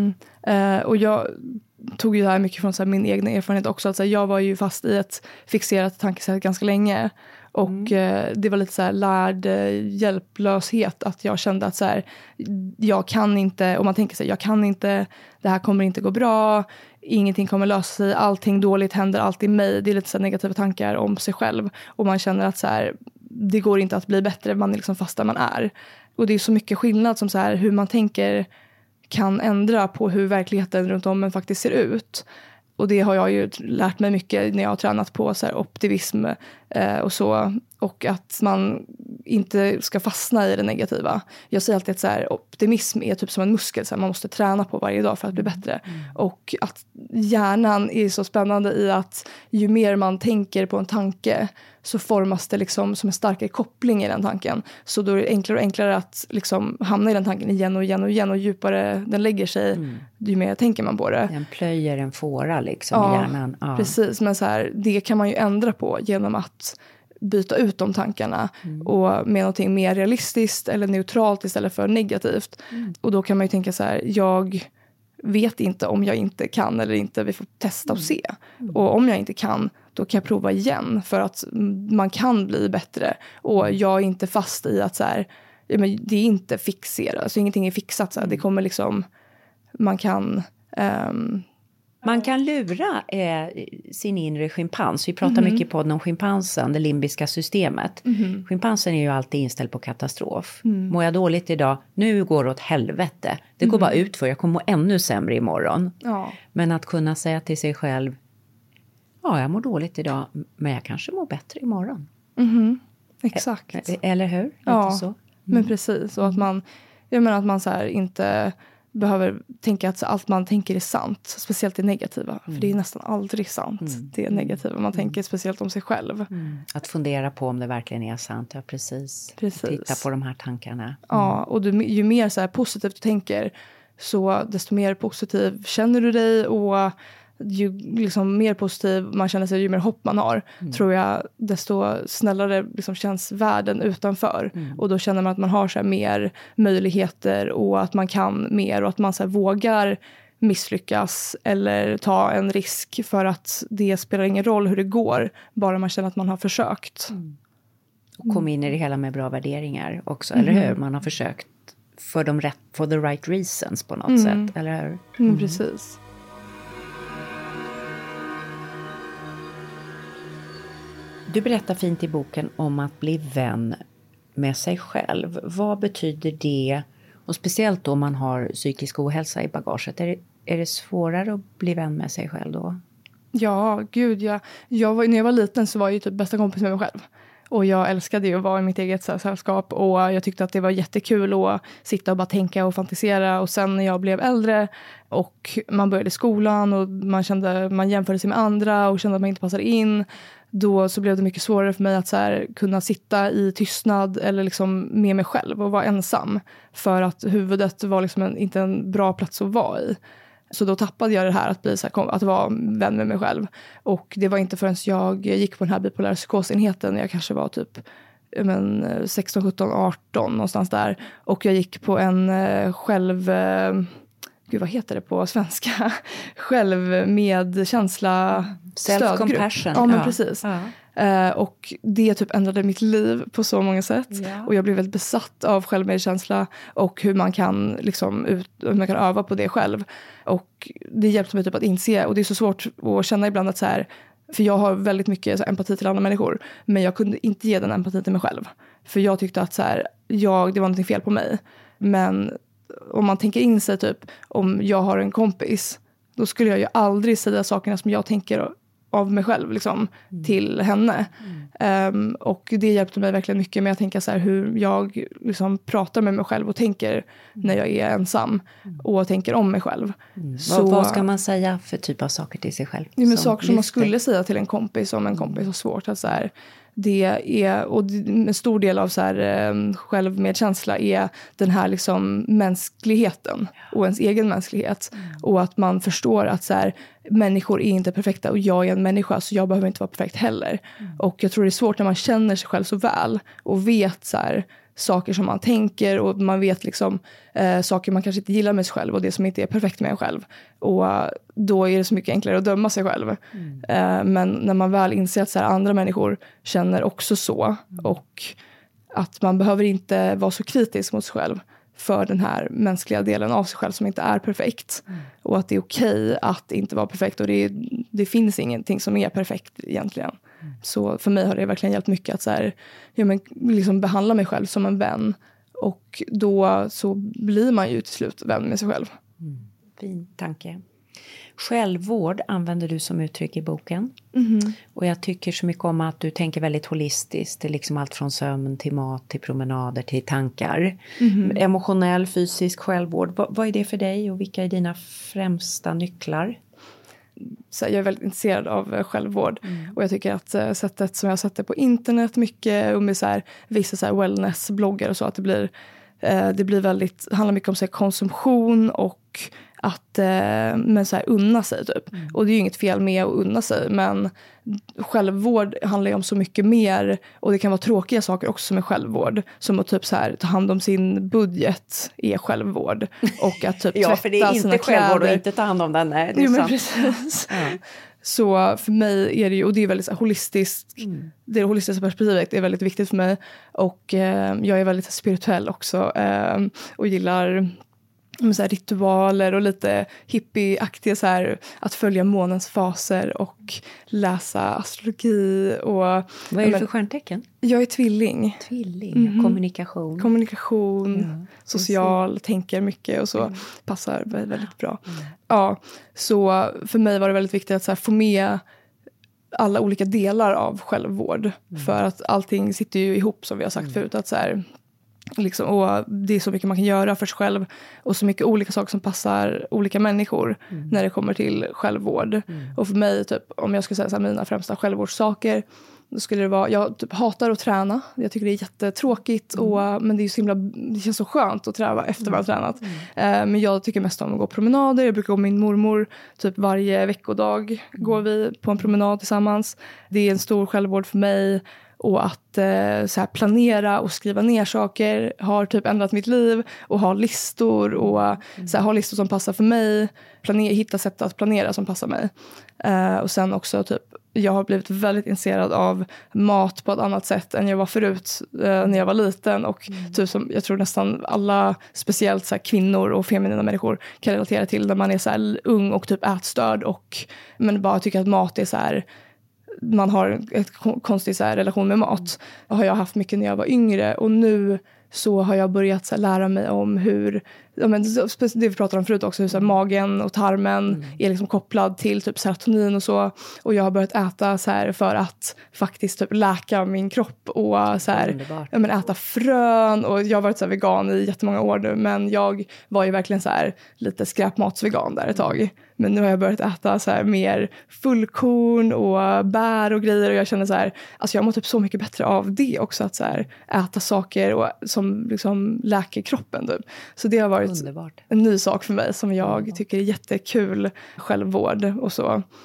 Och jag tog ju det här mycket från så här, min egen erfarenhet också. Alltså, jag var ju fast i ett fixerat tankesätt ganska länge. Och det var lite så här lärd hjälplöshet. Att jag kände att så här, jag kan inte, och man tänker så här, jag kan inte, det här kommer inte gå bra. Ingenting kommer lösa sig, allting dåligt händer alltid mig. Det är lite så här negativa tankar om sig själv. Och man känner att så här, det går inte att bli bättre, man är liksom fast där man är. Och det är så mycket skillnad som så här, hur man tänker kan ändra på hur verkligheten runt om en faktiskt ser ut. Och det har jag ju lärt mig mycket när jag har tränat på så här optimism och så. Och att man inte ska fastna i det negativa. Jag säger alltid att så här, optimism är typ som en muskel. Så här, man måste träna på varje dag för att bli bättre. Och att hjärnan är så spännande i att ju mer man tänker på en tanke så formas det liksom som en starkare koppling i den tanken. Så då är det enklare och enklare att liksom hamna i den tanken igen och igen och igen. Och djupare den lägger sig, ju mer tänker man på det. Den plöjer en fåra liksom i hjärnan. Ja, precis. Men så här, det kan man ju ändra på genom att byta ut de tankarna och med någonting mer realistiskt eller neutralt istället för negativt. Och då kan man ju tänka så här, jag vet inte om jag inte kan eller inte, vi får testa och se. Och om jag inte kan, då kan jag prova igen för att man kan bli bättre. Och jag är inte fast i att så här, ja, men det är inte fixerat, alltså ingenting är fixat så här. Det kommer liksom, man kan lura sin inre schimpans. Vi pratar mycket på om schimpansen, det limbiska systemet. Schimpansen är ju alltid inställd på katastrof. Mår jag dåligt idag, nu går det åt helvete. Det går bara ut för jag kommer må ännu sämre imorgon. Ja. Men att kunna säga till sig själv, ja, jag mår dåligt idag, men jag kanske mår bättre imorgon. Exakt. Eller hur? Ja, så. Men precis. Och att man, jag menar att man så här inte behöver tänka att allt man tänker är sant. Speciellt det negativa. För det är nästan aldrig sant. Det är negativa. Man tänker speciellt om sig själv. Att fundera på om det verkligen är sant. Ja, precis. Titta på de här tankarna. Ja, och ju mer så här positivt du tänker, så desto mer positiv känner du dig. Och ju liksom mer positiv man känner sig, ju mer hopp man har, tror jag, desto snällare liksom känns världen utanför. Och då känner man att man har så här mer möjligheter och att man kan mer och att man så här vågar misslyckas eller ta en risk, för att det spelar ingen roll hur det går, bara man känner att man har försökt. Och kom in i det hela med bra värderingar också, eller hur? Man har försökt for the right reasons på något sätt, eller hur? Precis. Du berättar fint i boken om att bli vän med sig själv. Vad betyder det? Och speciellt då man har psykisk ohälsa i bagaget. Är det svårare att bli vän med sig själv då? Ja, gud. När jag var liten så var jag ju typ bästa kompis med mig själv. Och jag älskade ju att vara i mitt eget sällskap. Och jag tyckte att det var jättekul att sitta och bara tänka och fantisera. Och sen när jag blev äldre och man började skolan och man jämförde sig med andra och kände att man inte passade in, då så blev det mycket svårare för mig att så här, kunna sitta i tystnad eller liksom med mig själv och vara ensam. För att huvudet var liksom inte en bra plats att vara i. Så då tappade jag det här att bli så här, att vara vän med mig själv. Och det var inte förrän jag gick på den här bipolära psykosenheten när jag kanske var typ 16, 17, 18 någonstans där. Och jag gick på en Gud, vad heter det på svenska? Självmedkänsla. Self-compassion. Ja, men precis. Och det typ ändrade mitt liv på så många sätt. Och jag blev väldigt besatt av självmedkänsla och hur man kan hur man kan öva på det själv. Och det hjälpte mig typ att inse, och det är så svårt att känna ibland att så här, för jag har väldigt mycket så här, empati till andra människor, men jag kunde inte ge den empati till mig själv. För jag tyckte att så här, det var något fel på mig. Men om man tänker in sig typ, om jag har en kompis, då skulle jag ju aldrig säga sakerna som jag tänker av mig själv liksom, till henne. Och det hjälpte mig verkligen mycket med att tänka så här, hur jag liksom pratar med mig själv och tänker när jag är ensam och tänker om mig själv. Så, vad ska man säga för typ av saker till sig själv? Men saker som man skulle säga till en kompis om en kompis har svårt. Att så här, det är, och en stor del av så här, självmedkänsla är den här liksom mänskligheten och ens egen mänsklighet. Och att man förstår att så här, människor är inte perfekta och jag är en människa, så jag behöver inte vara perfekt heller. Och jag tror det är svårt när man känner sig själv så väl och vet så här, saker som man tänker, och man vet liksom saker man kanske inte gillar med sig själv och det som inte är perfekt med en själv. Och då är det så mycket enklare att döma sig själv. Men när man väl inser att så här, andra människor känner också så, och att man behöver inte vara så kritisk mot sig själv för den här mänskliga delen av sig själv som inte är perfekt. Och att det är okej att inte vara perfekt, och det finns ingenting som är perfekt egentligen. Så för mig har det verkligen hjälpt mycket att så här, liksom behandla mig själv som en vän. Och då så blir man ju till slut vän med sig själv. Fin tanke. Självvård använder du som uttryck i boken. Och jag tycker så mycket om att du tänker väldigt holistiskt. Det är liksom allt från sömn till mat, till promenader, till tankar. Emotionell, fysisk självvård. Vad är det för dig och vilka är dina främsta nycklar? Så jag är väldigt intresserad av självvård. Och jag tycker att sättet som jag har sett det på internet mycket, och med så här, vissa så här wellness-bloggar och så, att det blir väldigt, handlar mycket om så här, konsumtion och att men så här, unna sig typ. Och det är ju inget fel med att unna sig, men självvård handlar ju om så mycket mer, och det kan vara tråkiga saker också som är självvård, som att typ så här, ta hand om sin budget är självvård, och att typ ja, för det är inte självvård och inte ta hand om den. Nej, det är jo, sant. Men precis. Så för mig är det ju, och det är väldigt så här, holistiskt, det holistiska perspektivet är väldigt viktigt för mig, och jag är väldigt spirituell också, och gillar så här ritualer och lite hippieaktiga så här, att följa månens faser och läsa astrologi. Och vad är det för stjärntecken? Jag är tvilling. Kommunikation, social, tänker mycket och så passar väldigt bra. Ja, så för mig var det väldigt viktigt att så här, få med alla olika delar av självvård, för att allting sitter ju ihop, som vi har sagt förut, att så här, liksom, och det är så mycket man kan göra för sig själv, och så mycket olika saker som passar olika människor när det kommer till självvård. Och för mig typ, om jag skulle säga så här, mina främsta självvårdssaker, då skulle det vara, jag typ hatar att träna. Jag tycker det är jättetråkigt, men det är så himla, det känns så skönt att träna efter man har tränat. Men jag tycker mest om att gå promenader. Jag brukar gå med min mormor typ varje veckodag, går vi på en promenad tillsammans. Det är en stor självvård för mig. Och att så här, planera och skriva ner saker har typ ändrat mitt liv. Och ha listor, och så här, ha listor som passar för mig. Hitta sätt att planera som passar mig. Och sen också typ, jag har blivit väldigt intresserad av mat på ett annat sätt än jag var förut när jag var liten. Och typ som jag tror nästan alla, speciellt så här, kvinnor och feminina människor kan relatera till, när man är så här, ung och typ ätstörd. Men bara tycker att mat är så här, man har ett konstigt så här, relation med mat. Har jag haft mycket när jag var yngre, och nu så har jag börjat så här, lära mig om hur, det vi pratade om förut också, hur så här, magen och tarmen är liksom kopplad till typ serotonin och så. Och jag har börjat äta så här, för att faktiskt typ läka min kropp, och så här, äta frön. Och jag har varit så här, vegan i jättemånga år nu, men jag var ju verkligen så här, lite skräpmatsvegan där ett tag. Men nu har jag börjat äta så här, mer fullkorn och bär och grejer, och jag känner så här, alltså jag mår typ så mycket bättre av det också, att så här, äta saker och, som liksom läker kroppen typ. Så det har varit en ny sak för mig som jag tycker är jättekul, självvård och så.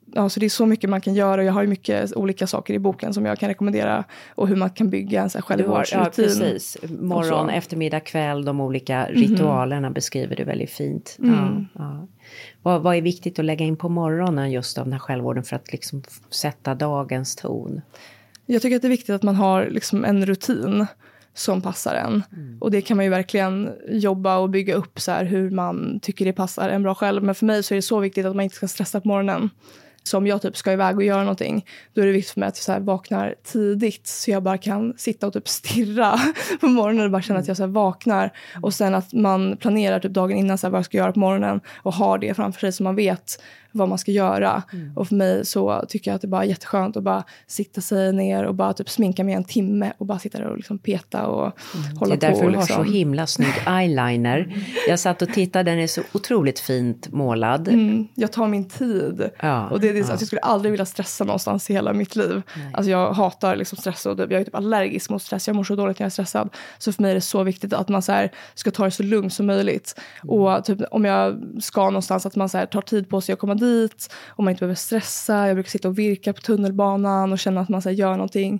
så det är så mycket man kan göra. Jag har ju mycket olika saker i boken som jag kan rekommendera. Och hur man kan bygga en så här självvårdsrutin. Ja, precis. Morgon, eftermiddag, kväll, de olika ritualerna beskriver du väldigt fint. Ja. Vad är viktigt att lägga in på morgonen just av den här självvården för att liksom sätta dagens ton? Jag tycker att det är viktigt att man har liksom en rutin som passar en. Och det kan man ju verkligen jobba och bygga upp så här hur man tycker det passar en bra själv. Men för mig så är det så viktigt att man inte ska stressa på morgonen. Så om jag typ ska iväg och göra någonting, då är det viktigt för mig att jag så här vaknar tidigt så jag bara kan sitta och typ stirra på morgonen och bara känna att jag så här vaknar. Och sen att man planerar typ dagen innan så här vad jag ska göra på morgonen och har det framför sig så man vet vad man ska göra. Och för mig så tycker jag att det bara är jätteskönt att bara sitta sig ner och bara typ sminka mig en timme och bara sitta där och liksom peta och hålla på. Det är därför du har så himla snygg eyeliner. Jag satt och tittade, den är så otroligt fint målad. Jag tar min tid. Ja, Och det är så att jag skulle aldrig vilja stressa någonstans i hela mitt liv. Nej. Alltså jag hatar liksom stress och jag är typ allergisk mot stress. Jag mår så dåligt när jag är stressad. Så för mig är det så viktigt att man så här ska ta det så lugnt som möjligt. Och typ om jag ska någonstans att man så här tar tid på sig att komma dit. Och man inte behöver stressa. Jag brukar sitta och virka på tunnelbanan och känna att man så här gör någonting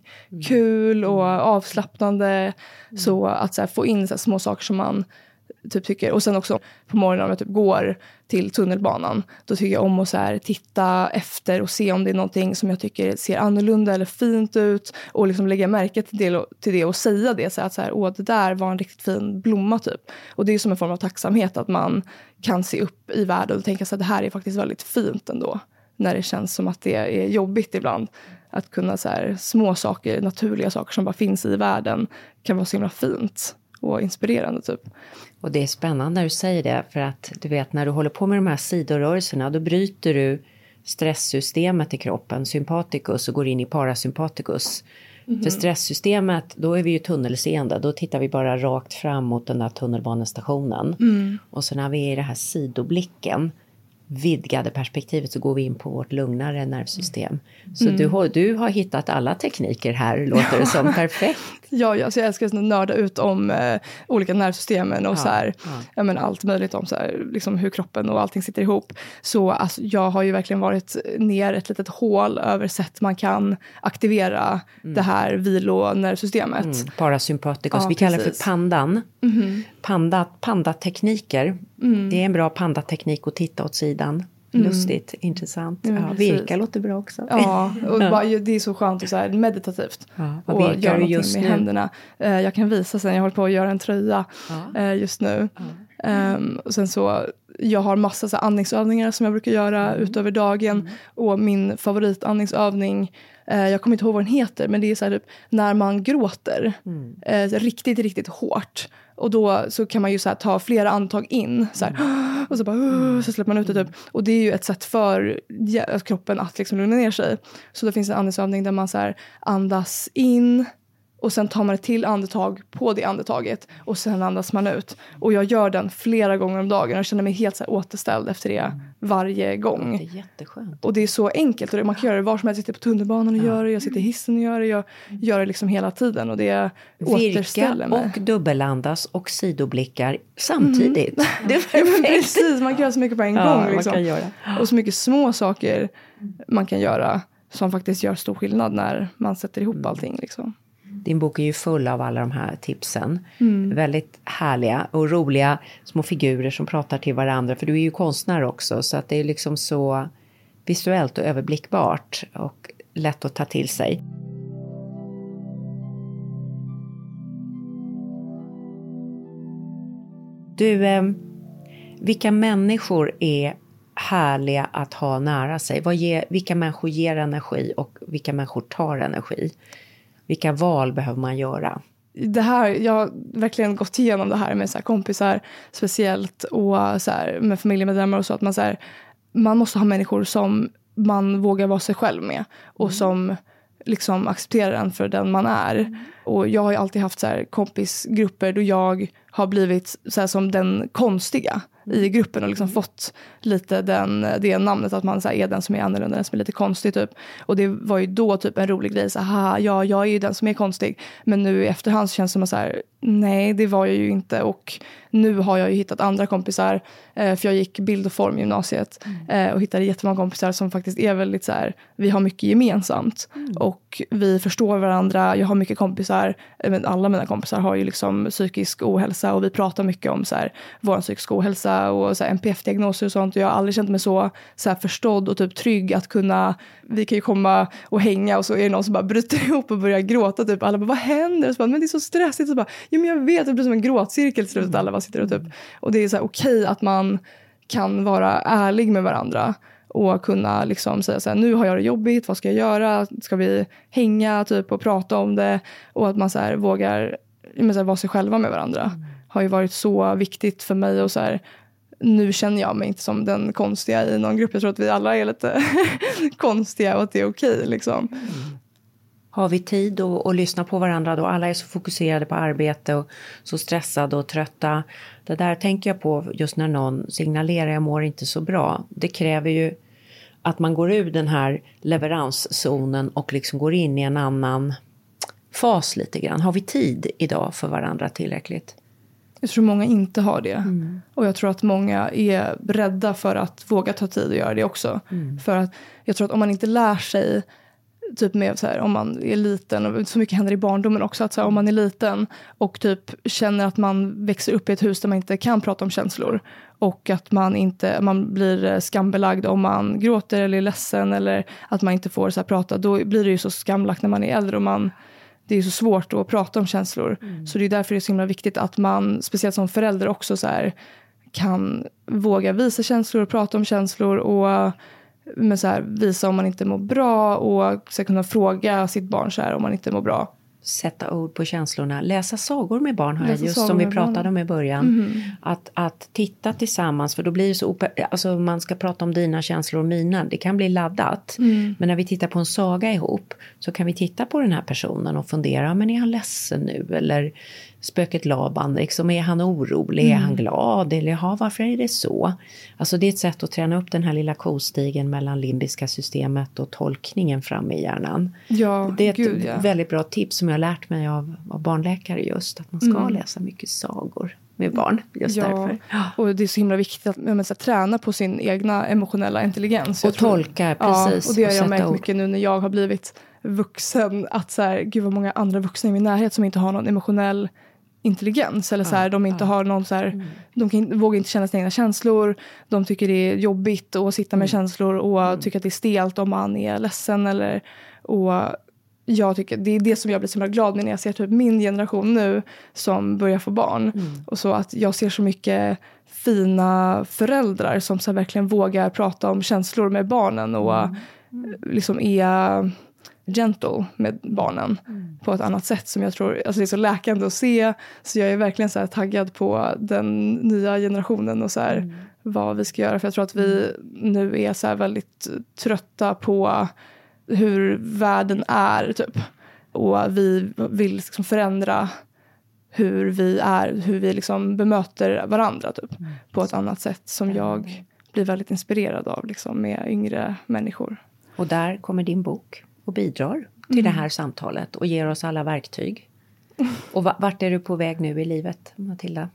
kul och avslappnande. Så att så här få in så här små saker som man typ tycker. Och sen också på morgonen om jag typ går till tunnelbanan, då tycker jag om att så här titta efter och se om det är någonting som jag tycker ser annorlunda eller fint ut och liksom lägga märke till det och säga det så att åh, det där var en riktigt fin blomma typ. Och det är som en form av tacksamhet att man kan se upp i världen och tänka så att det här är faktiskt väldigt fint ändå, när det känns som att det är jobbigt ibland. Att kunna så här små saker, naturliga saker som bara finns i världen kan vara så himla fint och inspirerande typ. Och det är spännande när du säger det, för att du vet när du håller på med de här sidorörelserna, då bryter du stresssystemet i kroppen, sympaticus, och går in i parasympaticus. För stresssystemet, då är vi ju tunnelseende, då tittar vi bara rakt fram mot den där tunnelbanestationen. Och så när vi är i det här sidoblicken, vidgade perspektivet, så går vi in på vårt lugnare nervsystem. Så du har hittat alla tekniker här, låter det som. Perfekt. Ja, så jag älskar att nörda ut om olika nervsystemen och så här, ja, men allt möjligt om så här, liksom hur kroppen och allting sitter ihop. Så alltså, jag har ju verkligen varit ner ett litet hål över sätt man kan aktivera det här vilonervsystemet. Parasympaticus, vi kallar det för pandan. Pandatekniker. Det är en bra pandateknik att titta åt sidan. Lustigt, intressant. Ja, virka låter bra också. Ja, och bara, det är så skönt och så här meditativt. Vad virkar göra du just med nu? Händerna. Jag kan visa sen, jag håller på att göra en tröja just nu. Och sen så, jag har massa så här andningsövningar som jag brukar göra utöver dagen. Och min favoritandningsövning, jag kommer inte ihåg vad den heter, men det är så här typ när man gråter riktigt, riktigt hårt. Och då så kan man ju så här ta flera andetag in så här, och så bara så släpper man ut det typ. Och det är ju ett sätt för kroppen att liksom lugna ner sig. Så det finns en andningsövning där man så här andas in och sen tar man ett till andetag på det andetaget och sen andas man ut. Och jag gör den flera gånger om dagen och jag känner mig helt så här återställd efter det varje gång. Det är jätteskönt. Och det är så enkelt och man kan göra det var som helst. Jag sitter på tunnelbanan och gör det, jag sitter i hissen och gör det, jag gör det liksom hela tiden och det återställer mig. Och dubbelandas och sidoblickar samtidigt. Det är perfekt. Precis, man kan göra så mycket på en gång. Liksom. Man kan göra. Och så mycket små saker man kan göra som faktiskt gör stor skillnad när man sätter ihop allting liksom. Din bok är ju full av alla de här tipsen. Väldigt härliga och roliga små figurer som pratar till varandra. För du är ju konstnär också. Så att det är liksom så visuellt och överblickbart. Och lätt att ta till sig. Du, vilka människor är härliga att ha nära sig? Vilka människor ger energi och vilka människor tar energi? Vilka val behöver man göra? Det här, jag har verkligen gått igenom det här med så här kompisar speciellt och så här med familjemedlemmar och så att man så här, man måste ha människor som man vågar vara sig själv med och som liksom accepterar en för den man är. Och jag har ju alltid haft så här kompisgrupper då jag har blivit så här som den konstiga i gruppen och liksom fått lite det namnet att man så här är den som är annorlunda, den som är lite konstig typ. Och det var ju då typ en rolig grej så här, ja, jag är ju den som är konstig. Men nu i efterhand så känns det som att så här, nej, det var jag ju inte. Och nu har jag ju hittat andra kompisar, för jag gick bild- och formgymnasiet och hittade jättemånga kompisar som faktiskt är väldigt så här, vi har mycket gemensamt och vi förstår varandra. Jag har mycket kompisar, men alla mina kompisar har ju liksom psykisk ohälsa och vi pratar mycket om så här, vår psykisk ohälsa och så här NPF-diagnoser och sånt. Och jag har aldrig känt mig så här förstådd och typ trygg att kunna, vi kan ju komma och hänga och så är det någon som bara bryter ihop och börjar gråta typ. Alla bara, vad händer? Och så bara, men det är så stressigt. Och så bara, ja men jag vet, det blir som en gråtcirkel till slutet. Alla bara sitter och typ. Och det är så här okej att man kan vara ärlig med varandra och kunna liksom säga så här, nu har jag det jobbigt, vad ska jag göra? Ska vi hänga typ och prata om det? Och att man så här vågar vara sig själva med varandra. Har ju varit så viktigt för mig och så här, nu känner jag mig inte som den konstiga i någon grupp. Jag tror att vi alla är lite konstiga och att det är okej liksom. Har vi tid att lyssna på varandra då? Alla är så fokuserade på arbete och så stressade och trötta. Det där tänker jag på just när någon signalerar jag mår inte så bra. Det kräver ju att man går ur den här leveranszonen och liksom går in i en annan fas lite grann. Har vi tid idag för varandra tillräckligt? Jag tror många inte har det. Och jag tror att många är rädda för att våga ta tid och göra det också. För att jag tror att om man inte lär sig typ med så här, om man är liten och så mycket händer i barndomen också att så här, om man är liten och typ känner att man växer upp i ett hus där man inte kan prata om känslor och att man blir skambelagd om man gråter eller är ledsen eller att man inte får så här prata, då blir det ju så skamlagt när man är äldre och det är ju så svårt att prata om känslor. Så det är därför det är så himla viktigt att man, speciellt som förälder också så här, kan våga visa känslor och prata om känslor och men så här, visa om man inte mår bra och så kunna fråga sitt barn så här, om man inte mår bra. Sätta ord på känslorna. Läsa sagor med barn har jag just som vi pratade om i början. Att titta tillsammans, för då blir det så alltså man ska prata om dina känslor och mina. Det kan bli laddat. Men när vi tittar på en saga ihop så kan vi titta på den här personen och fundera, men är han ledsen nu? Eller spöket Laban, liksom, är han orolig? Är han glad? Eller varför är det så? Alltså det är ett sätt att träna upp den här lilla kostigen mellan limbiska systemet och tolkningen fram i hjärnan. Ja, det är ett väldigt bra tips som jag har lärt mig av barnläkare just. Att man ska läsa mycket sagor med barn. Just därför. Och det är så himla viktigt att träna på sin egna emotionella intelligens. Och tolka, precis. Ja, och det har jag märkt mycket nu när jag har blivit vuxen. Att så här, gud vad många andra vuxna i min närhet som inte har någon emotionell intelligens. Eller så här, de inte har någon så här, de vågar inte känna sina egna känslor. De tycker det är jobbigt att sitta med känslor och tycker att det är stelt om man är ledsen. Och jag tycker, det är det som jag blir så himla glad när jag ser typ min generation nu som börjar få barn. Och så att jag ser så mycket fina föräldrar som så här verkligen vågar prata om känslor med barnen och liksom är gentle med barnen på ett annat sätt som jag tror, alltså det är så läkande att se, så jag är verkligen så här taggad på den nya generationen och så här vad vi ska göra, för jag tror att vi nu är så här väldigt trötta på hur världen är typ, och vi vill liksom förändra hur vi liksom bemöter varandra typ på ett annat sätt som jag blir väldigt inspirerad av liksom med yngre människor. Och där kommer din bok och bidrar till det här samtalet och ger oss alla verktyg. Och vart är du på väg nu i livet, Matilda?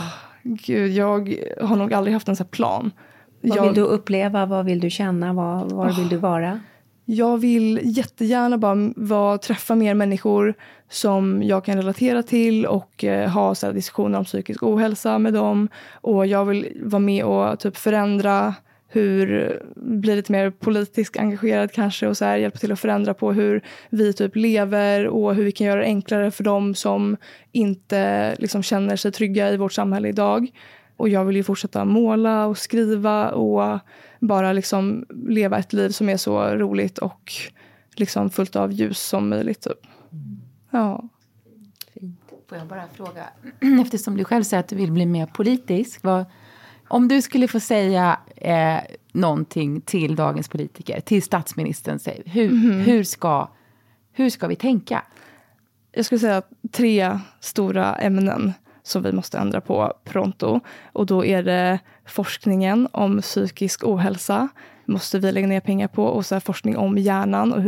Gud, jag har nog aldrig haft en sån här plan. Vad vill du uppleva? Vad vill du känna? Var vill du vara? Jag vill jättegärna bara träffa mer människor som jag kan relatera till och ha så här diskussioner om psykisk ohälsa med dem. Och jag vill vara med och typ förändra bli lite mer politiskt engagerad kanske och så här, hjälpa till att förändra på hur vi typ lever och hur vi kan göra det enklare för dem som inte liksom känner sig trygga i vårt samhälle idag. Och jag vill ju fortsätta måla och skriva och bara liksom leva ett liv som är så roligt och liksom fullt av ljus som möjligt typ. Ja. Fint. Får jag bara fråga, eftersom du själv säger att du vill bli mer politisk, om du skulle få säga någonting till dagens politiker, till statsministern, hur ska vi tänka? Jag skulle säga 3 stora ämnen som vi måste ändra på pronto. Och då är det forskningen om psykisk ohälsa. Måste vi lägga ner pengar på. Och så här forskning om hjärnan och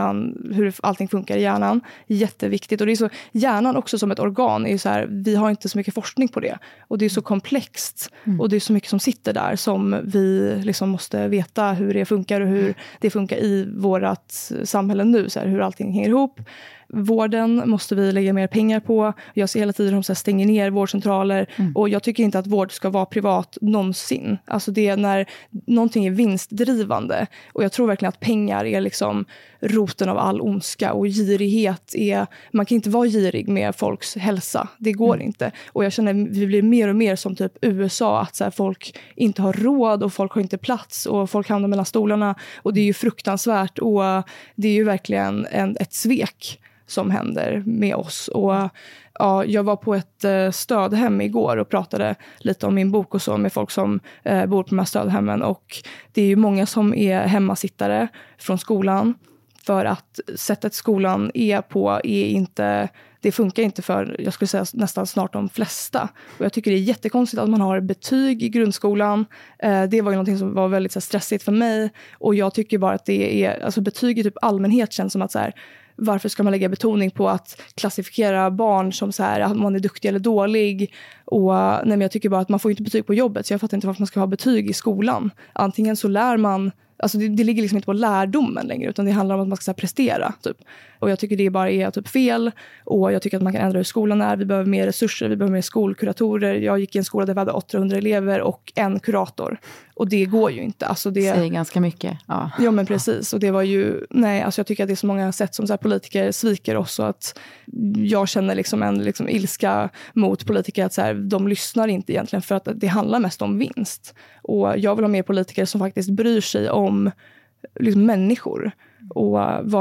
hur allting funkar i hjärnan. Jätteviktigt. Och det är så, hjärnan också som ett organ är ju så här, vi har inte så mycket forskning på det. Och det är så komplext. Och det är så mycket som sitter där som vi liksom måste veta hur det funkar och hur det funkar i vårat samhälle nu. Så här, hur allting hänger ihop. Vården måste vi lägga mer pengar på. Jag ser hela tiden att de stänger ner vårdcentraler. Och jag tycker inte att vård ska vara privat någonsin. Alltså det är när någonting är vinstdrivande. Och jag tror verkligen att pengar är liksom roten av all ondska. Och girighet är... Man kan inte vara girig med folks hälsa. Det går inte. Och jag känner att vi blir mer och mer som typ USA. Att så här, folk inte har råd och folk har inte plats. Och folk hamnar mellan stolarna. Och det är ju fruktansvärt. Och det är ju verkligen ett svek som händer med oss. Och ja, jag var på ett stödhem igår och pratade lite om min bok och så med folk som bor på de här stödhemmen. Och det är ju många som är hemmasittare från skolan. För att sättet skolan är på är inte... Det funkar inte för, jag skulle säga nästan snart de flesta. Och jag tycker det är jättekonstigt att man har betyg i grundskolan. Det var ju någonting som var väldigt så här, stressigt för mig. Och jag tycker bara att det är... Alltså betyg i typ allmänhet känns som att så här... Varför ska man lägga betoning på att klassificera barn som så här, att man är duktig eller dålig? Och nej, men jag tycker bara att man får inte betyg på jobbet. Så jag fattar inte varför man ska ha betyg i skolan. Antingen så lär man... Alltså det ligger liksom inte på lärdomen längre. Utan det handlar om att man ska så här, prestera. Typ. Och jag tycker det bara är typ fel. Och jag tycker att man kan ändra hur skolan är. Vi behöver mer resurser. Vi behöver mer skolkuratorer. Jag gick i en skola där vi hade 800 elever och en kurator. Och det går ju inte. Alltså det säger ganska mycket. Ja. Ja, men precis. Och det var ju... Nej, alltså jag tycker att det är så många sätt som så här politiker sviker oss. Och att jag känner liksom en liksom ilska mot politiker. Att så här, de lyssnar inte egentligen för att det handlar mest om vinst. Och jag vill ha mer politiker som faktiskt bryr sig om liksom människor. Och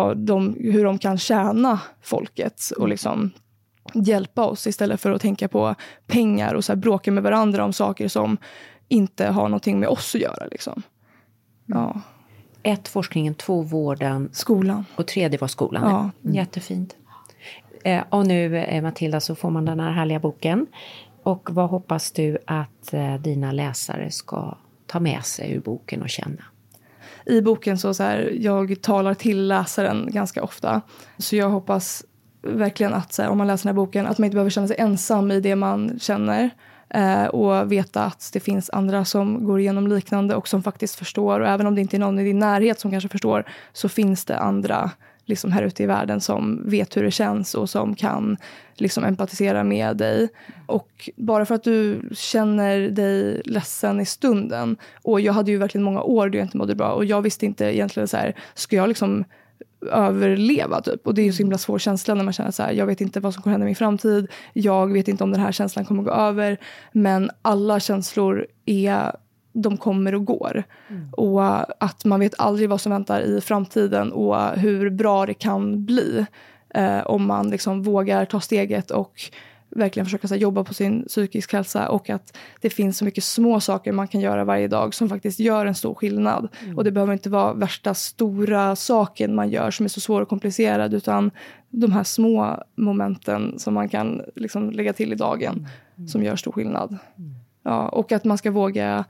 hur de kan tjäna folket. Och liksom hjälpa oss istället för att tänka på pengar. Och så här bråka med varandra om saker som inte har någonting med oss att göra. Liksom. Ja. 1 forskningen, 2 vården. Skolan. Och 3 var skolan. Ja. Jättefint. Och nu, Matilda, så får man den här härliga boken. Och vad hoppas du att dina läsare ska ta med sig ur boken och känna? I boken så här, jag talar till läsaren ganska ofta. Så jag hoppas verkligen att så här, om man läser den här boken, att man inte behöver känna sig ensam i det man känner. Och veta att det finns andra som går igenom liknande och som faktiskt förstår. Och även om det inte är någon i din närhet som kanske förstår, så finns det andra liksom här ute i världen som vet hur det känns och som kan liksom empatisera med dig. Och bara för att du känner dig ledsen i stunden, och jag hade ju verkligen många år då jag inte mådde bra, och jag visste inte egentligen så här, ska jag liksom överleva typ. Och det är ju så himla svår känsla när man känner så här, jag vet inte vad som kommer hända i min framtid, jag vet inte om den här känslan kommer gå över, men alla känslor de kommer och går. Och att man vet aldrig vad som väntar i framtiden och hur bra det kan bli om man liksom vågar ta steget och verkligen försöka så här, jobba på sin psykisk hälsa, och att det finns så mycket små saker man kan göra varje dag som faktiskt gör en stor skillnad. Och det behöver inte vara värsta stora saken man gör som är så svår och komplicerad, utan de här små momenten som man kan liksom lägga till i dagen som gör stor skillnad. Ja, och att man ska våga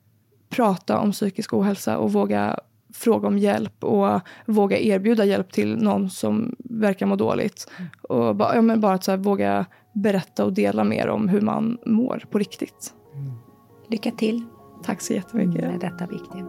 prata om psykisk ohälsa och våga fråga om hjälp och våga erbjuda hjälp till någon som verkar må dåligt. Och bara att så här, våga berätta och dela mer om hur man mår på riktigt. Lycka till. Tack så jättemycket. Med detta viktiga.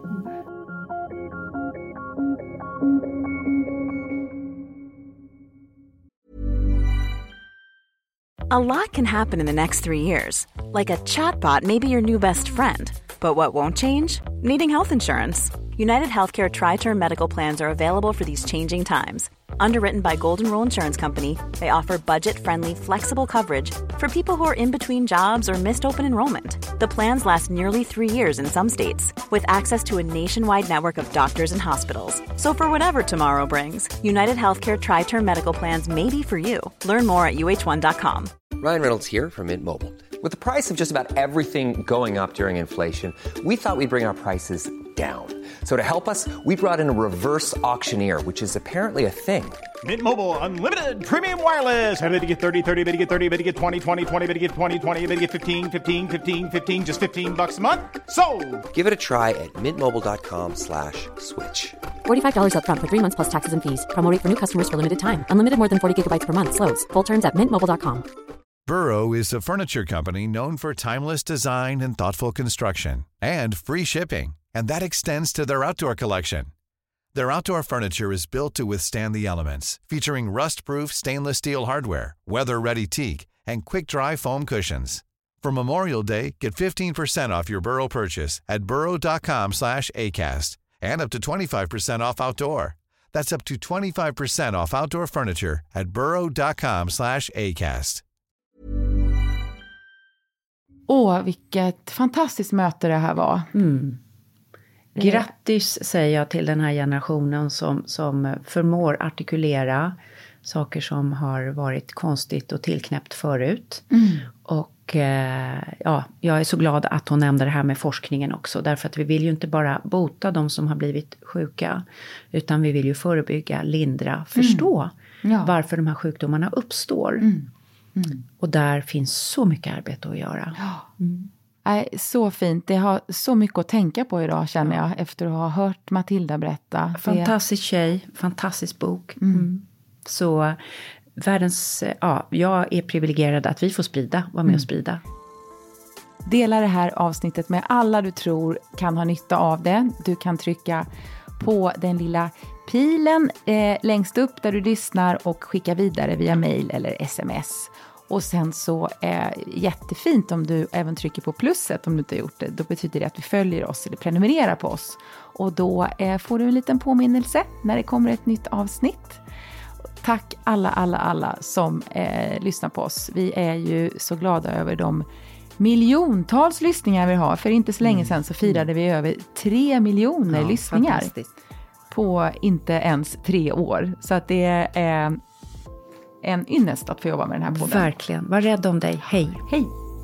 A lot can happen in the next 3 years. Like a chatbot may be your new best friend. But what won't change? Needing health insurance. United Healthcare Tri-Term Medical Plans are available for these changing times. Underwritten by Golden Rule Insurance Company, they offer budget-friendly, flexible coverage for people who are in between jobs or missed open enrollment. The plans last nearly 3 years in some states, with access to a nationwide network of doctors and hospitals. So for whatever tomorrow brings, United Healthcare Tri-Term Medical Plans may be for you. Learn more at uh1.com. Ryan Reynolds here from Mint Mobile. With the price of just about everything going up during inflation, we thought we'd bring our prices down. So to help us, we brought in a reverse auctioneer, which is apparently a thing. Mint Mobile Unlimited Premium Wireless. How to get 30, 30, bit to get 30, bit to get 20, 20, 20, bit to get 20, 20, bit to get 15, 15, 15, 15, just $15 a month? Sold! Give it a try at mintmobile.com/switch. $45 up front for 3 months plus taxes and fees. Promo rate for new customers for limited time. Unlimited more than 40 gigabytes per month. Slows full terms at mintmobile.com. Burrow is a furniture company known for timeless design and thoughtful construction, and free shipping, and that extends to their outdoor collection. Their outdoor furniture is built to withstand the elements, featuring rust-proof stainless steel hardware, weather-ready teak, and quick-dry foam cushions. For Memorial Day, get 15% off your Burrow purchase at burrow.com/acast, and up to 25% off outdoor. That's up to 25% off outdoor furniture at burrow.com/acast. Vilket fantastiskt möte det här var. Grattis säger jag till den här generationen som förmår artikulera saker som har varit konstigt och tillknäppt förut. Och jag är så glad att hon nämnde det här med forskningen också. Därför att vi vill ju inte bara bota de som har blivit sjuka, utan vi vill ju förebygga, lindra, förstå varför de här sjukdomarna uppstår. Och där finns så mycket arbete att göra. Så fint. Det har så mycket att tänka på idag, känner jag, efter att ha hört Matilda berätta. Fantastisk tjej, fantastisk bok. Så jag är privilegierad att vi får vara med och sprida. Dela det här avsnittet med alla du tror kan ha nytta av det. Du kan trycka på den lilla pilen längst upp där du lyssnar och skicka vidare via mail eller sms. Och sen så är jättefint om du även trycker på plusset om du inte har gjort det. Då betyder det att du följer oss eller prenumererar på oss. Och då får du en liten påminnelse när det kommer ett nytt avsnitt. Tack alla som lyssnar på oss. Vi är ju så glada över de miljontals lyssningar vi har. För inte så länge sedan så firade vi över 3 miljoner lyssningar. På inte ens 3 år. Så att det är en ynnest att få jobba med den här podden. Verkligen. Var rädd om dig. Hej. Hej.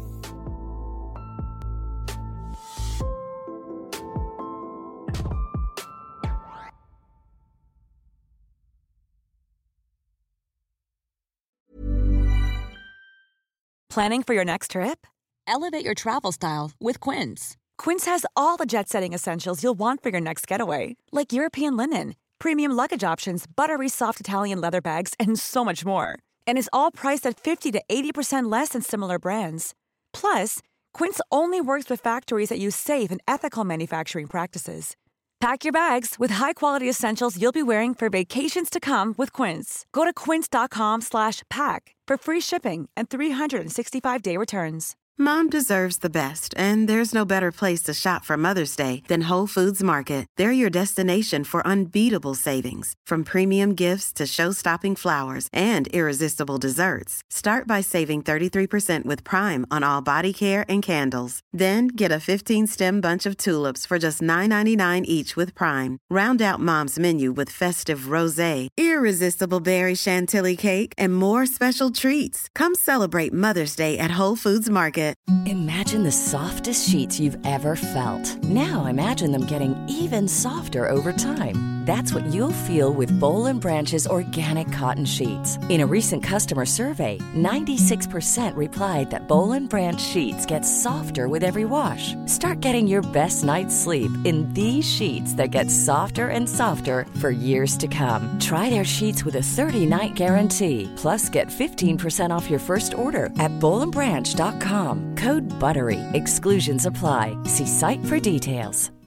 Planning for your next trip? Elevate your travel style with Quince. Quince has all the jet-setting essentials you'll want for your next getaway, like European linen, premium luggage options, buttery soft Italian leather bags, and so much more. And is all priced at 50 to 80% less than similar brands. Plus, Quince only works with factories that use safe and ethical manufacturing practices. Pack your bags with high-quality essentials you'll be wearing for vacations to come with Quince. Go to quince.com/pack for free shipping and 365-day returns. Mom deserves the best, and there's no better place to shop for Mother's Day than Whole Foods Market. They're your destination for unbeatable savings, from premium gifts to show-stopping flowers and irresistible desserts. Start by saving 33% with Prime on all body care and candles. Then get a 15-stem bunch of tulips for just $9.99 each with Prime. Round out Mom's menu with festive rosé, irresistible berry chantilly cake, and more special treats. Come celebrate Mother's Day at Whole Foods Market. Imagine the softest sheets you've ever felt. Now imagine them getting even softer over time. That's what you'll feel with Boll & Branch's organic cotton sheets. In a recent customer survey, 96% replied that Boll & Branch sheets get softer with every wash. Start getting your best night's sleep in these sheets that get softer and softer for years to come. Try their sheets with a 30-night guarantee. Plus, get 15% off your first order at bollandbranch.com. Code BUTTERY. Exclusions apply. See site for details.